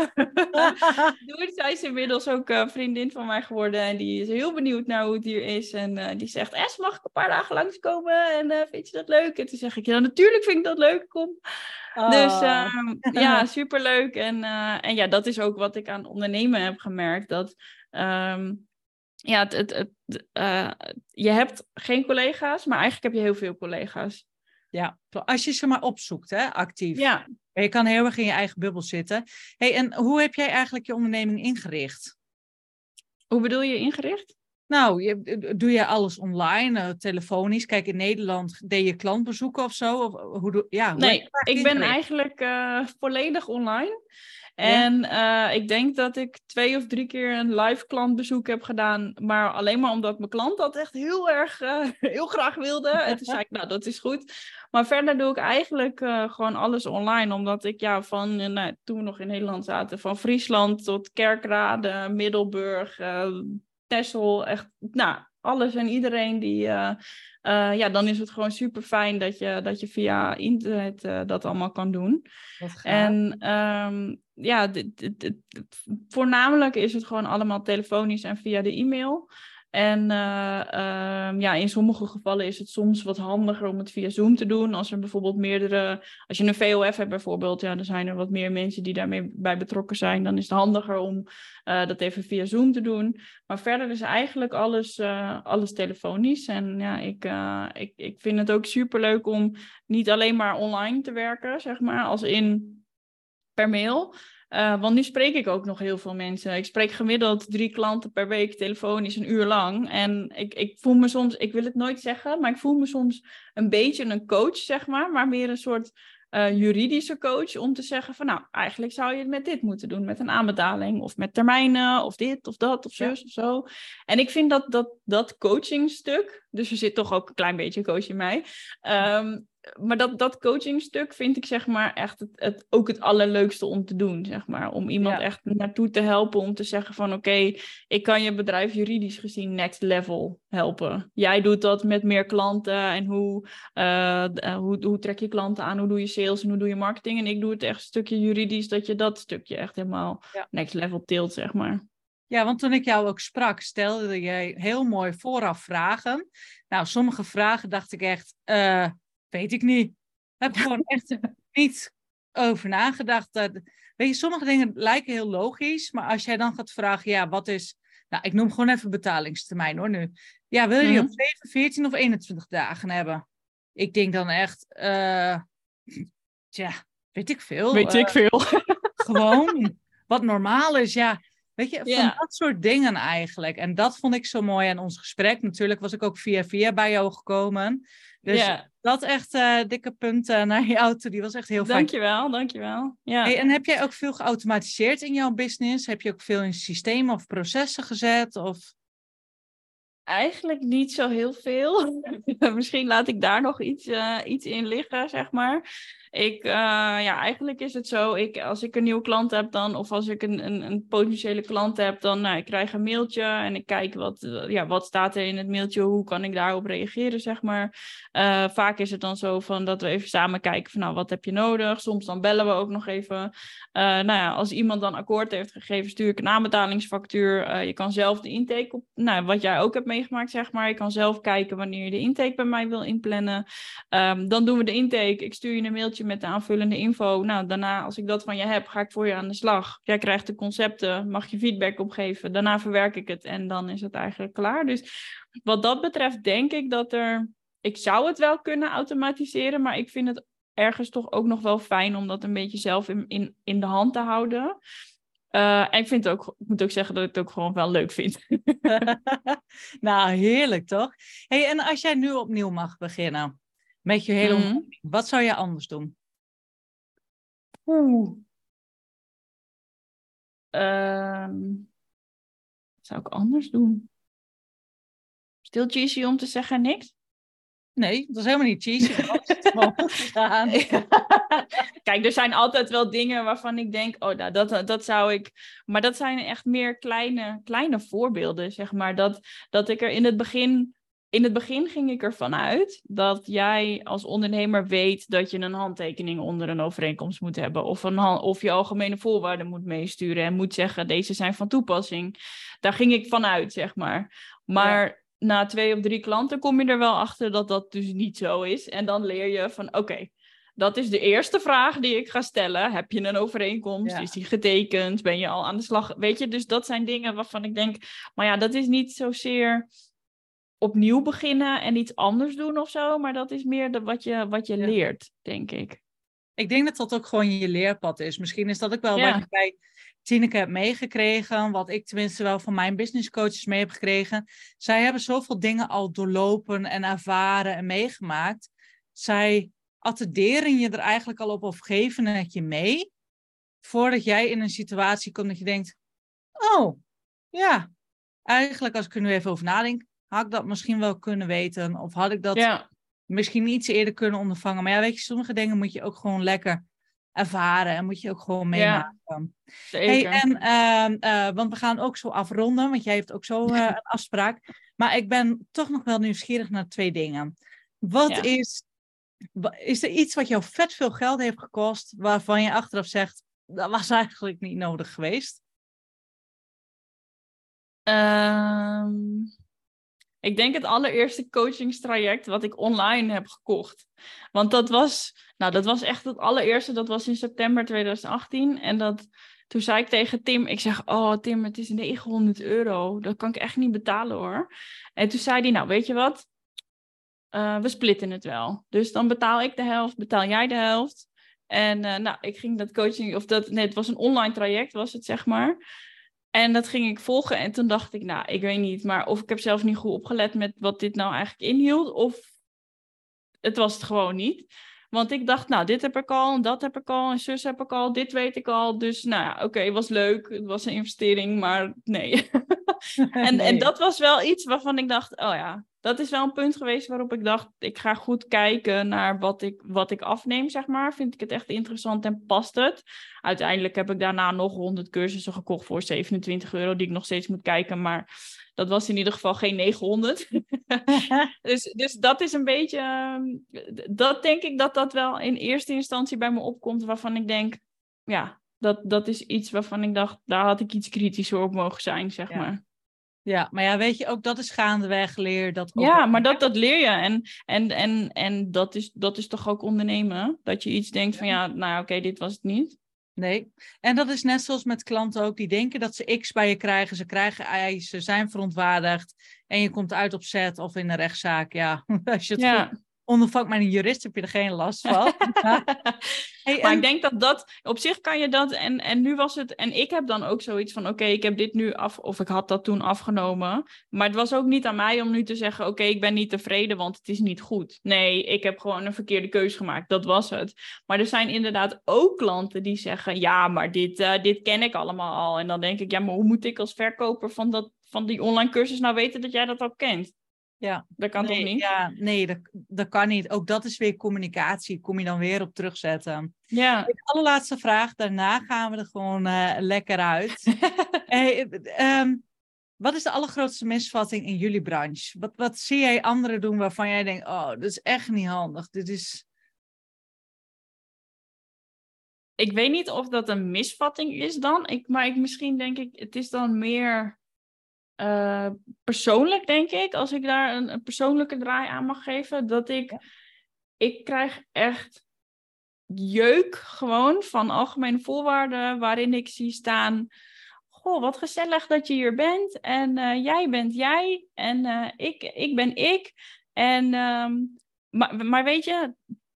doen. Zij is inmiddels ook uh, vriendin van mij geworden. En die is heel benieuwd naar hoe het hier is. En uh, die zegt, Es, mag ik een paar dagen langskomen? En uh, vind je dat leuk? En toen zeg ik, ja, natuurlijk vind ik dat leuk. Kom. Oh. Dus uh, ja, superleuk. En, uh, en ja, dat is ook wat ik aan ondernemen heb gemerkt. Dat... Um, Ja, het, het, het, uh, je hebt geen collega's, maar eigenlijk heb je heel veel collega's. Ja, als je ze maar opzoekt, hè, actief. Ja. Je kan heel erg in je eigen bubbel zitten. Hey, en hoe heb jij eigenlijk je onderneming ingericht? Hoe bedoel je ingericht? Nou, je, doe je alles online, uh, telefonisch? Kijk, in Nederland deed je klantbezoeken of zo? Of, hoe doe, ja, hoe nee, ik ben eigenlijk uh, volledig online. En ja? uh, ik denk dat ik twee of drie keer een live klantbezoek heb gedaan. Maar alleen maar omdat mijn klant dat echt heel erg, uh, heel graag wilde. En toen zei ik, nou, dat is goed. Maar verder doe ik eigenlijk uh, gewoon alles online. Omdat ik, ja, van, uh, nou, toen we nog in Nederland zaten, van Friesland tot Kerkrade, Middelburg, uh, Texel. Echt, nou, alles en iedereen die... Uh, Uh, ja, dan is het gewoon super fijn dat je, dat je via internet uh, dat allemaal kan doen. En um, ja, dit, dit, dit, voornamelijk is het gewoon allemaal telefonisch en via de e-mail. En uh, uh, ja, in sommige gevallen is het soms wat handiger om het via Zoom te doen. Als er bijvoorbeeld meerdere... Als je een V O F hebt bijvoorbeeld, ja, dan zijn er wat meer mensen die daarmee bij betrokken zijn. Dan is het handiger om uh, dat even via Zoom te doen. Maar verder is eigenlijk alles, uh, alles telefonisch. En ja, ik, uh, ik, ik vind het ook superleuk om niet alleen maar online te werken, zeg maar, als in per mail. Uh, want nu spreek ik ook nog heel veel mensen. Ik spreek gemiddeld drie klanten per week, telefonisch een uur lang. En ik, ik voel me soms, ik wil het nooit zeggen, maar ik voel me soms een beetje een coach, zeg maar. Maar meer een soort uh, juridische coach om te zeggen van, nou, eigenlijk zou je het met dit moeten doen. Met een aanbetaling of met termijnen of dit of dat of zus ja. of zo. En ik vind dat dat, dat coachingstuk, dus er zit toch ook een klein beetje coach in mij... Um, Maar dat, dat coachingstuk vind ik zeg maar echt het, het, ook het allerleukste om te doen, zeg maar. Om iemand ja. echt naartoe te helpen om te zeggen van oké, okay, ik kan je bedrijf juridisch gezien next level helpen. Jij doet dat met meer klanten en hoe, uh, uh, hoe, hoe trek je klanten aan, hoe doe je sales en hoe doe je marketing. En ik doe het echt een stukje juridisch, dat je dat stukje echt helemaal ja. next level tilt, zeg maar. Ja, want toen ik jou ook sprak, stelde jij heel mooi vooraf vragen. Nou, sommige vragen dacht ik echt... Uh... Weet ik niet. Heb gewoon echt niet over nagedacht. Dat, weet je, sommige dingen lijken heel logisch. Maar als jij dan gaat vragen, ja, wat is... Nou, ik noem gewoon even betalingstermijn hoor nu. Ja, wil je die mm. op zeven, veertien of eenentwintig dagen hebben? Ik denk dan echt... Uh, tja, weet ik veel. Weet uh, ik veel. Gewoon, wat normaal is, ja. Weet je, van ja. dat soort dingen eigenlijk. En dat vond ik zo mooi aan ons gesprek. Natuurlijk was ik ook via via bij jou gekomen. Dus ja. dat echt uh, dikke punten naar je auto. Die was echt heel fijn. Dankjewel, dankjewel. Ja. Hey, en heb jij ook veel geautomatiseerd in jouw business? Heb je ook veel in systemen of processen gezet? Of... Eigenlijk niet zo heel veel. Misschien laat ik daar nog iets, uh, iets in liggen, zeg maar. Ik, uh, ja, eigenlijk is het zo, ik, als ik een nieuwe klant heb dan, of als ik een, een, een potentiële klant heb, dan nou, ik krijg een mailtje en ik kijk wat, ja, wat staat er in het mailtje, hoe kan ik daarop reageren, zeg maar. Uh, vaak is het dan zo van dat we even samen kijken van, nou, wat heb je nodig? Soms dan bellen we ook nog even. Uh, nou ja, als iemand dan akkoord heeft gegeven, stuur ik een aanbetalingsfactuur. Uh, je kan zelf de intake op, nou, wat jij ook hebt meegemaakt, zeg maar. Je kan zelf kijken wanneer je de intake bij mij wil inplannen. Um, dan doen we de intake. Ik stuur je een mailtje met de aanvullende info. Nou, daarna, als ik dat van je heb, ga ik voor je aan de slag. Jij krijgt de concepten, mag je feedback opgeven. Daarna verwerk ik het en dan is het eigenlijk klaar. Dus wat dat betreft denk ik dat er... Ik zou het wel kunnen automatiseren, maar ik vind het ergens toch ook nog wel fijn om dat een beetje zelf in, in, in de hand te houden. Uh, en ik vind het ook, ik moet ook zeggen dat ik het ook gewoon wel leuk vind. Nou, heerlijk toch? Hey, en als jij nu opnieuw mag beginnen met je hele Mm-hmm. onderneming, wat zou je anders doen? Oeh. Um, wat zou ik anders doen? Stil cheesy om te zeggen niks? Nee, dat is helemaal niet cheesy. gedaan. Kijk, er zijn altijd wel dingen waarvan ik denk, oh, nou, dat, dat zou ik... Maar dat zijn echt meer kleine, kleine voorbeelden, zeg maar. Dat, dat ik er in het begin... In het begin ging ik ervan uit dat jij als ondernemer weet dat je een handtekening onder een overeenkomst moet hebben. Of, een hand, of je algemene voorwaarden moet meesturen en moet zeggen, deze zijn van toepassing. Daar ging ik vanuit, zeg maar. Maar... Ja. Na twee of drie klanten kom je er wel achter dat dat dus niet zo is. En dan leer je van, oké, okay, dat is de eerste vraag die ik ga stellen. Heb je een overeenkomst? Ja. Is die getekend? Ben je al aan de slag? Weet je, dus dat zijn dingen waarvan ik denk, maar ja, dat is niet zozeer opnieuw beginnen en iets anders doen of zo. Maar dat is meer de, wat je, wat je ja. leert, denk ik. Ik denk dat dat ook gewoon je leerpad is. Misschien is dat ook wel ja. wat je bij Tineke hebt meegekregen. Wat ik tenminste wel van mijn businesscoaches mee heb gekregen. Zij hebben zoveel dingen al doorlopen en ervaren en meegemaakt. Zij attenderen je er eigenlijk al op of geven het je mee. Voordat jij in een situatie komt dat je denkt... Oh, ja. Eigenlijk als ik er nu even over nadenk... had ik dat misschien wel kunnen weten. Of had ik dat... Ja. Misschien iets eerder kunnen ondervangen. Maar ja, weet je, sommige dingen moet je ook gewoon lekker ervaren. En moet je ook gewoon meemaken. Ja, zeker. Hey, en, uh, uh, want we gaan ook zo afronden. Want jij hebt ook zo uh, een afspraak. Maar ik ben toch nog wel nieuwsgierig naar twee dingen. Wat ja. is... Is er iets wat jou vet veel geld heeft gekost... waarvan je achteraf zegt... dat was eigenlijk niet nodig geweest? Um... Ik denk het allereerste coachingstraject wat ik online heb gekocht. Want dat was, nou, dat was echt het allereerste. Dat was in september tweeduizend achttien. En dat, toen zei ik tegen Tim, ik zeg, oh Tim, het is negenhonderd euro. Dat kan ik echt niet betalen hoor. En toen zei hij, nou weet je wat? Uh, we splitten het wel. Dus dan betaal ik de helft, betaal jij de helft. En uh, nou, ik ging dat coaching, of dat, nee, het was een online traject, was het zeg maar. En dat ging ik volgen en toen dacht ik, nou, ik weet niet, maar of ik heb zelf niet goed opgelet met wat dit nou eigenlijk inhield, of het was het gewoon niet. Want ik dacht, nou, dit heb ik al, en dat heb ik al, en zus heb ik al, dit weet ik al. Dus nou ja, oké, okay, het was leuk, het was een investering, maar nee. en, nee. en dat was wel iets waarvan ik dacht, oh ja, dat is wel een punt geweest waarop ik dacht, ik ga goed kijken naar wat ik, wat ik afneem, zeg maar. Vind ik het echt interessant en past het? Uiteindelijk heb ik daarna nog honderd cursussen gekocht voor zevenentwintig euro, die ik nog steeds moet kijken, maar dat was in ieder geval geen negenhonderd. dus, dus dat is een beetje, dat denk ik dat dat wel in eerste instantie bij me opkomt, waarvan ik denk, ja, dat, dat is iets waarvan ik dacht, daar had ik iets kritischer op mogen zijn, zeg ja. maar. Ja, maar ja, weet je, ook dat is gaandeweg geleerd. Dat ook ja, maar dat, dat leer je. En, en, en, en dat, is, dat is toch ook ondernemen? Dat je iets denkt van, ja, nou oké, okay, dit was het niet. Nee, en dat is net zoals met klanten ook. Die denken dat ze X bij je krijgen. Ze krijgen eisen, zijn verontwaardigd. En je komt uit op zet of in een rechtszaak. Ja, als je het ja. goed ondervangt met een jurist, heb je er geen last van. hey, maar en... ik denk dat dat, op zich kan je dat, en, en nu was het, en ik heb dan ook zoiets van, oké, okay, ik heb dit nu af, of ik had dat toen afgenomen, maar het was ook niet aan mij om nu te zeggen, oké, okay, ik ben niet tevreden, want het is niet goed. Nee, ik heb gewoon een verkeerde keuze gemaakt, dat was het. Maar er zijn inderdaad ook klanten die zeggen, ja, maar dit, uh, dit ken ik allemaal al. En dan denk ik, ja, maar hoe moet ik als verkoper van, dat, van die online cursus nou weten dat jij dat al kent? Ja, dat kan nee, toch niet? Ja, nee, dat, dat kan niet. Ook dat is weer communicatie. Kom je dan weer op terugzetten. Ja. De allerlaatste vraag. Daarna gaan we er gewoon uh, lekker uit. hey, um, wat is de allergrootste misvatting in jullie branche? Wat, wat zie jij anderen doen waarvan jij denkt, oh, dat is echt niet handig. Dit is... Ik weet niet of dat een misvatting is dan. Ik, maar ik, misschien denk ik, het is dan meer... Uh, persoonlijk denk ik, als ik daar een, een persoonlijke draai aan mag geven, dat ik, ja. ik krijg echt jeuk gewoon van algemene voorwaarden waarin ik zie staan, goh, wat gezellig dat je hier bent en uh, jij bent jij en uh, ik, ik ben ik. En, um, maar, maar weet je,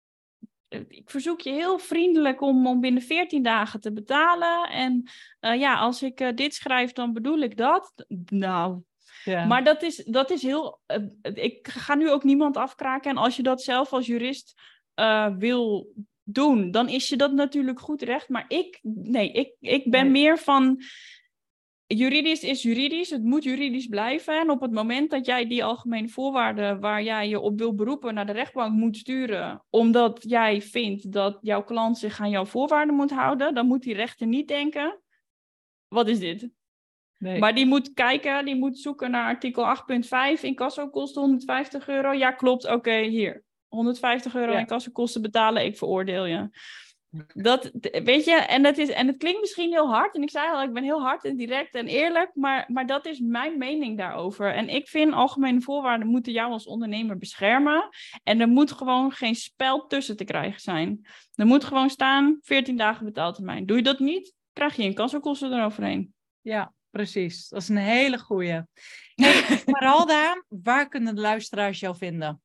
ik verzoek je heel vriendelijk om, om binnen veertien dagen te betalen. En uh, ja, als ik uh, dit schrijf, dan bedoel ik dat. Nou, ja. Maar dat is, dat is heel... Uh, ik ga nu ook niemand afkraken. En als je dat zelf als jurist uh, wil doen, dan is je dat natuurlijk goed recht. Maar ik, nee, ik, ik ben nee. meer van... Juridisch is juridisch, het moet juridisch blijven. En op het moment dat jij die algemene voorwaarden waar jij je op wil beroepen naar de rechtbank moet sturen, omdat jij vindt dat jouw klant zich aan jouw voorwaarden moet houden, dan moet die rechter niet denken, wat is dit? Nee. Maar die moet kijken, die moet zoeken naar artikel acht punt vijf, incassokosten honderdvijftig euro. Ja, klopt, oké, okay, hier. honderdvijftig euro ja. incassokosten betalen, ik veroordeel je. Dat, weet je, en, dat is, en het klinkt misschien heel hard. En ik zei al, ik ben heel hard en direct en eerlijk. Maar, maar dat is mijn mening daarover. En ik vind algemene voorwaarden moeten jou als ondernemer beschermen. En er moet gewoon geen spel tussen te krijgen zijn. Er moet gewoon staan, veertien dagen betaaltermijn. Doe je dat niet, krijg je incassokosten eroverheen. Ja, precies. Dat is een hele goeie. Hey, Esmeralda, waar kunnen de luisteraars jou vinden?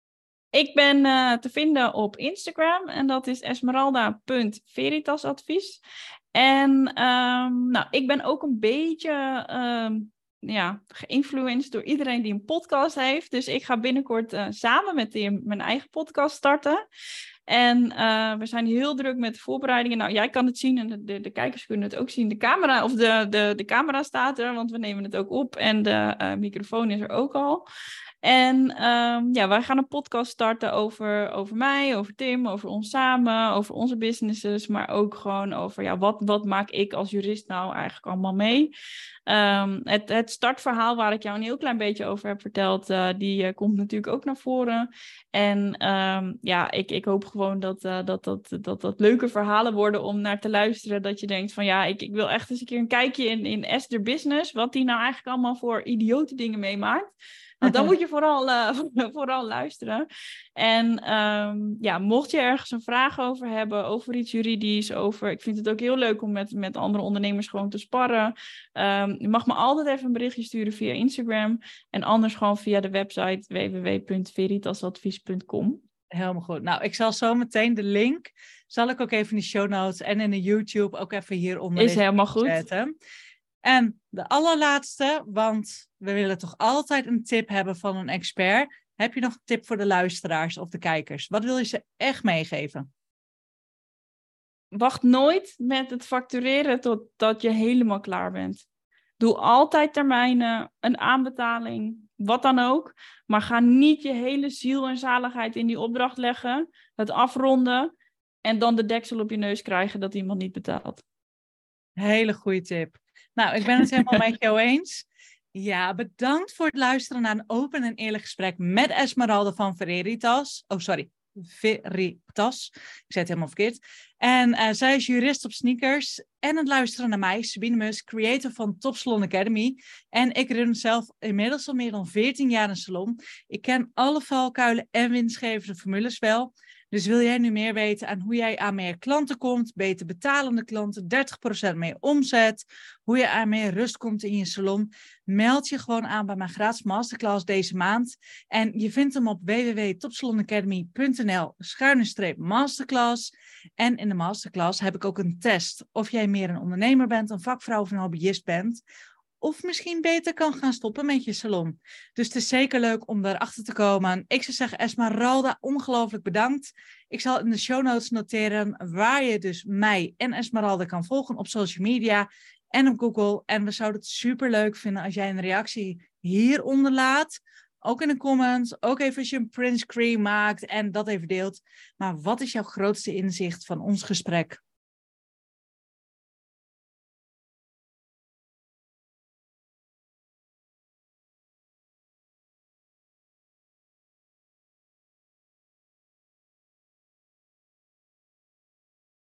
Ik ben uh, te vinden op Instagram en dat is esmeralda punt veritasadvies. En um, nou, ik ben ook een beetje um, ja, geïnfluenced door iedereen die een podcast heeft. Dus ik ga binnenkort uh, samen met die, mijn eigen podcast starten. En uh, we zijn heel druk met de voorbereidingen. Nou, jij kan het zien en de, de, de kijkers kunnen het ook zien. De camera, of de, de, de camera staat er, want we nemen het ook op. En de uh, microfoon is er ook al. En um, ja, wij gaan een podcast starten over, over mij, over Tim, over ons samen, over onze businesses, maar ook gewoon over, ja, wat, wat maak ik als jurist nou eigenlijk allemaal mee? Um, het, het startverhaal waar ik jou een heel klein beetje over heb verteld, uh, die uh, komt natuurlijk ook naar voren. En um, ja, ik, ik hoop gewoon dat, uh, dat, dat, dat dat leuke verhalen worden om naar te luisteren, dat je denkt van, ja, ik, ik wil echt eens een keer een kijkje in, in Esther Business, wat die nou eigenlijk allemaal voor idiote dingen meemaakt. Want dan moet je vooral, uh, vooral luisteren. En um, ja, mocht je ergens een vraag over hebben, over iets juridisch, over... Ik vind het ook heel leuk om met, met andere ondernemers gewoon te sparren. Um, je mag me altijd even een berichtje sturen via Instagram. En anders gewoon via de website w w w punt veritasadvies punt com. Helemaal goed. Nou, ik zal zo meteen de link, zal ik ook even in de show notes en in de YouTube ook even hieronder Is helemaal goed. zetten. En de allerlaatste, want we willen toch altijd een tip hebben van een expert. Heb je nog een tip voor de luisteraars of de kijkers? Wat wil je ze echt meegeven? Wacht nooit met het factureren totdat je helemaal klaar bent. Doe altijd termijnen, een aanbetaling, wat dan ook. Maar ga niet je hele ziel en zaligheid in die opdracht leggen, het afronden en dan de deksel op je neus krijgen dat iemand niet betaalt. Hele goede tip. Nou, ik ben het helemaal met jou eens. Ja, bedankt voor het luisteren naar een open en eerlijk gesprek met Esmeralda van Veritas. Oh, sorry. Veritas. Ik zei het helemaal verkeerd. En uh, zij is jurist op sneakers en het luisteren naar mij, Sabine Mus, creator van Top Salon Academy. En ik run zelf inmiddels al meer dan veertien jaar een salon. Ik ken alle valkuilen en winstgevende formules wel. Dus wil jij nu meer weten aan hoe jij aan meer klanten komt, beter betalende klanten, dertig procent meer omzet, hoe je aan meer rust komt in je salon, meld je gewoon aan bij mijn gratis masterclass deze maand. En je vindt hem op w w w punt top salon academy punt n l schuine streep masterclass. En in de masterclass heb ik ook een test of jij meer een ondernemer bent, een vakvrouw of een hobbyist bent. Of misschien beter kan gaan stoppen met je salon. Dus het is zeker leuk om daarachter te komen. Ik zou zeggen, Esmeralda, ongelooflijk bedankt. Ik zal in de show notes noteren waar je dus mij en Esmeralda kan volgen op social media en op Google. En we zouden het super leuk vinden als jij een reactie hieronder laat. Ook in de comments, ook even als je een print screen maakt en dat even deelt. Maar wat is jouw grootste inzicht van ons gesprek?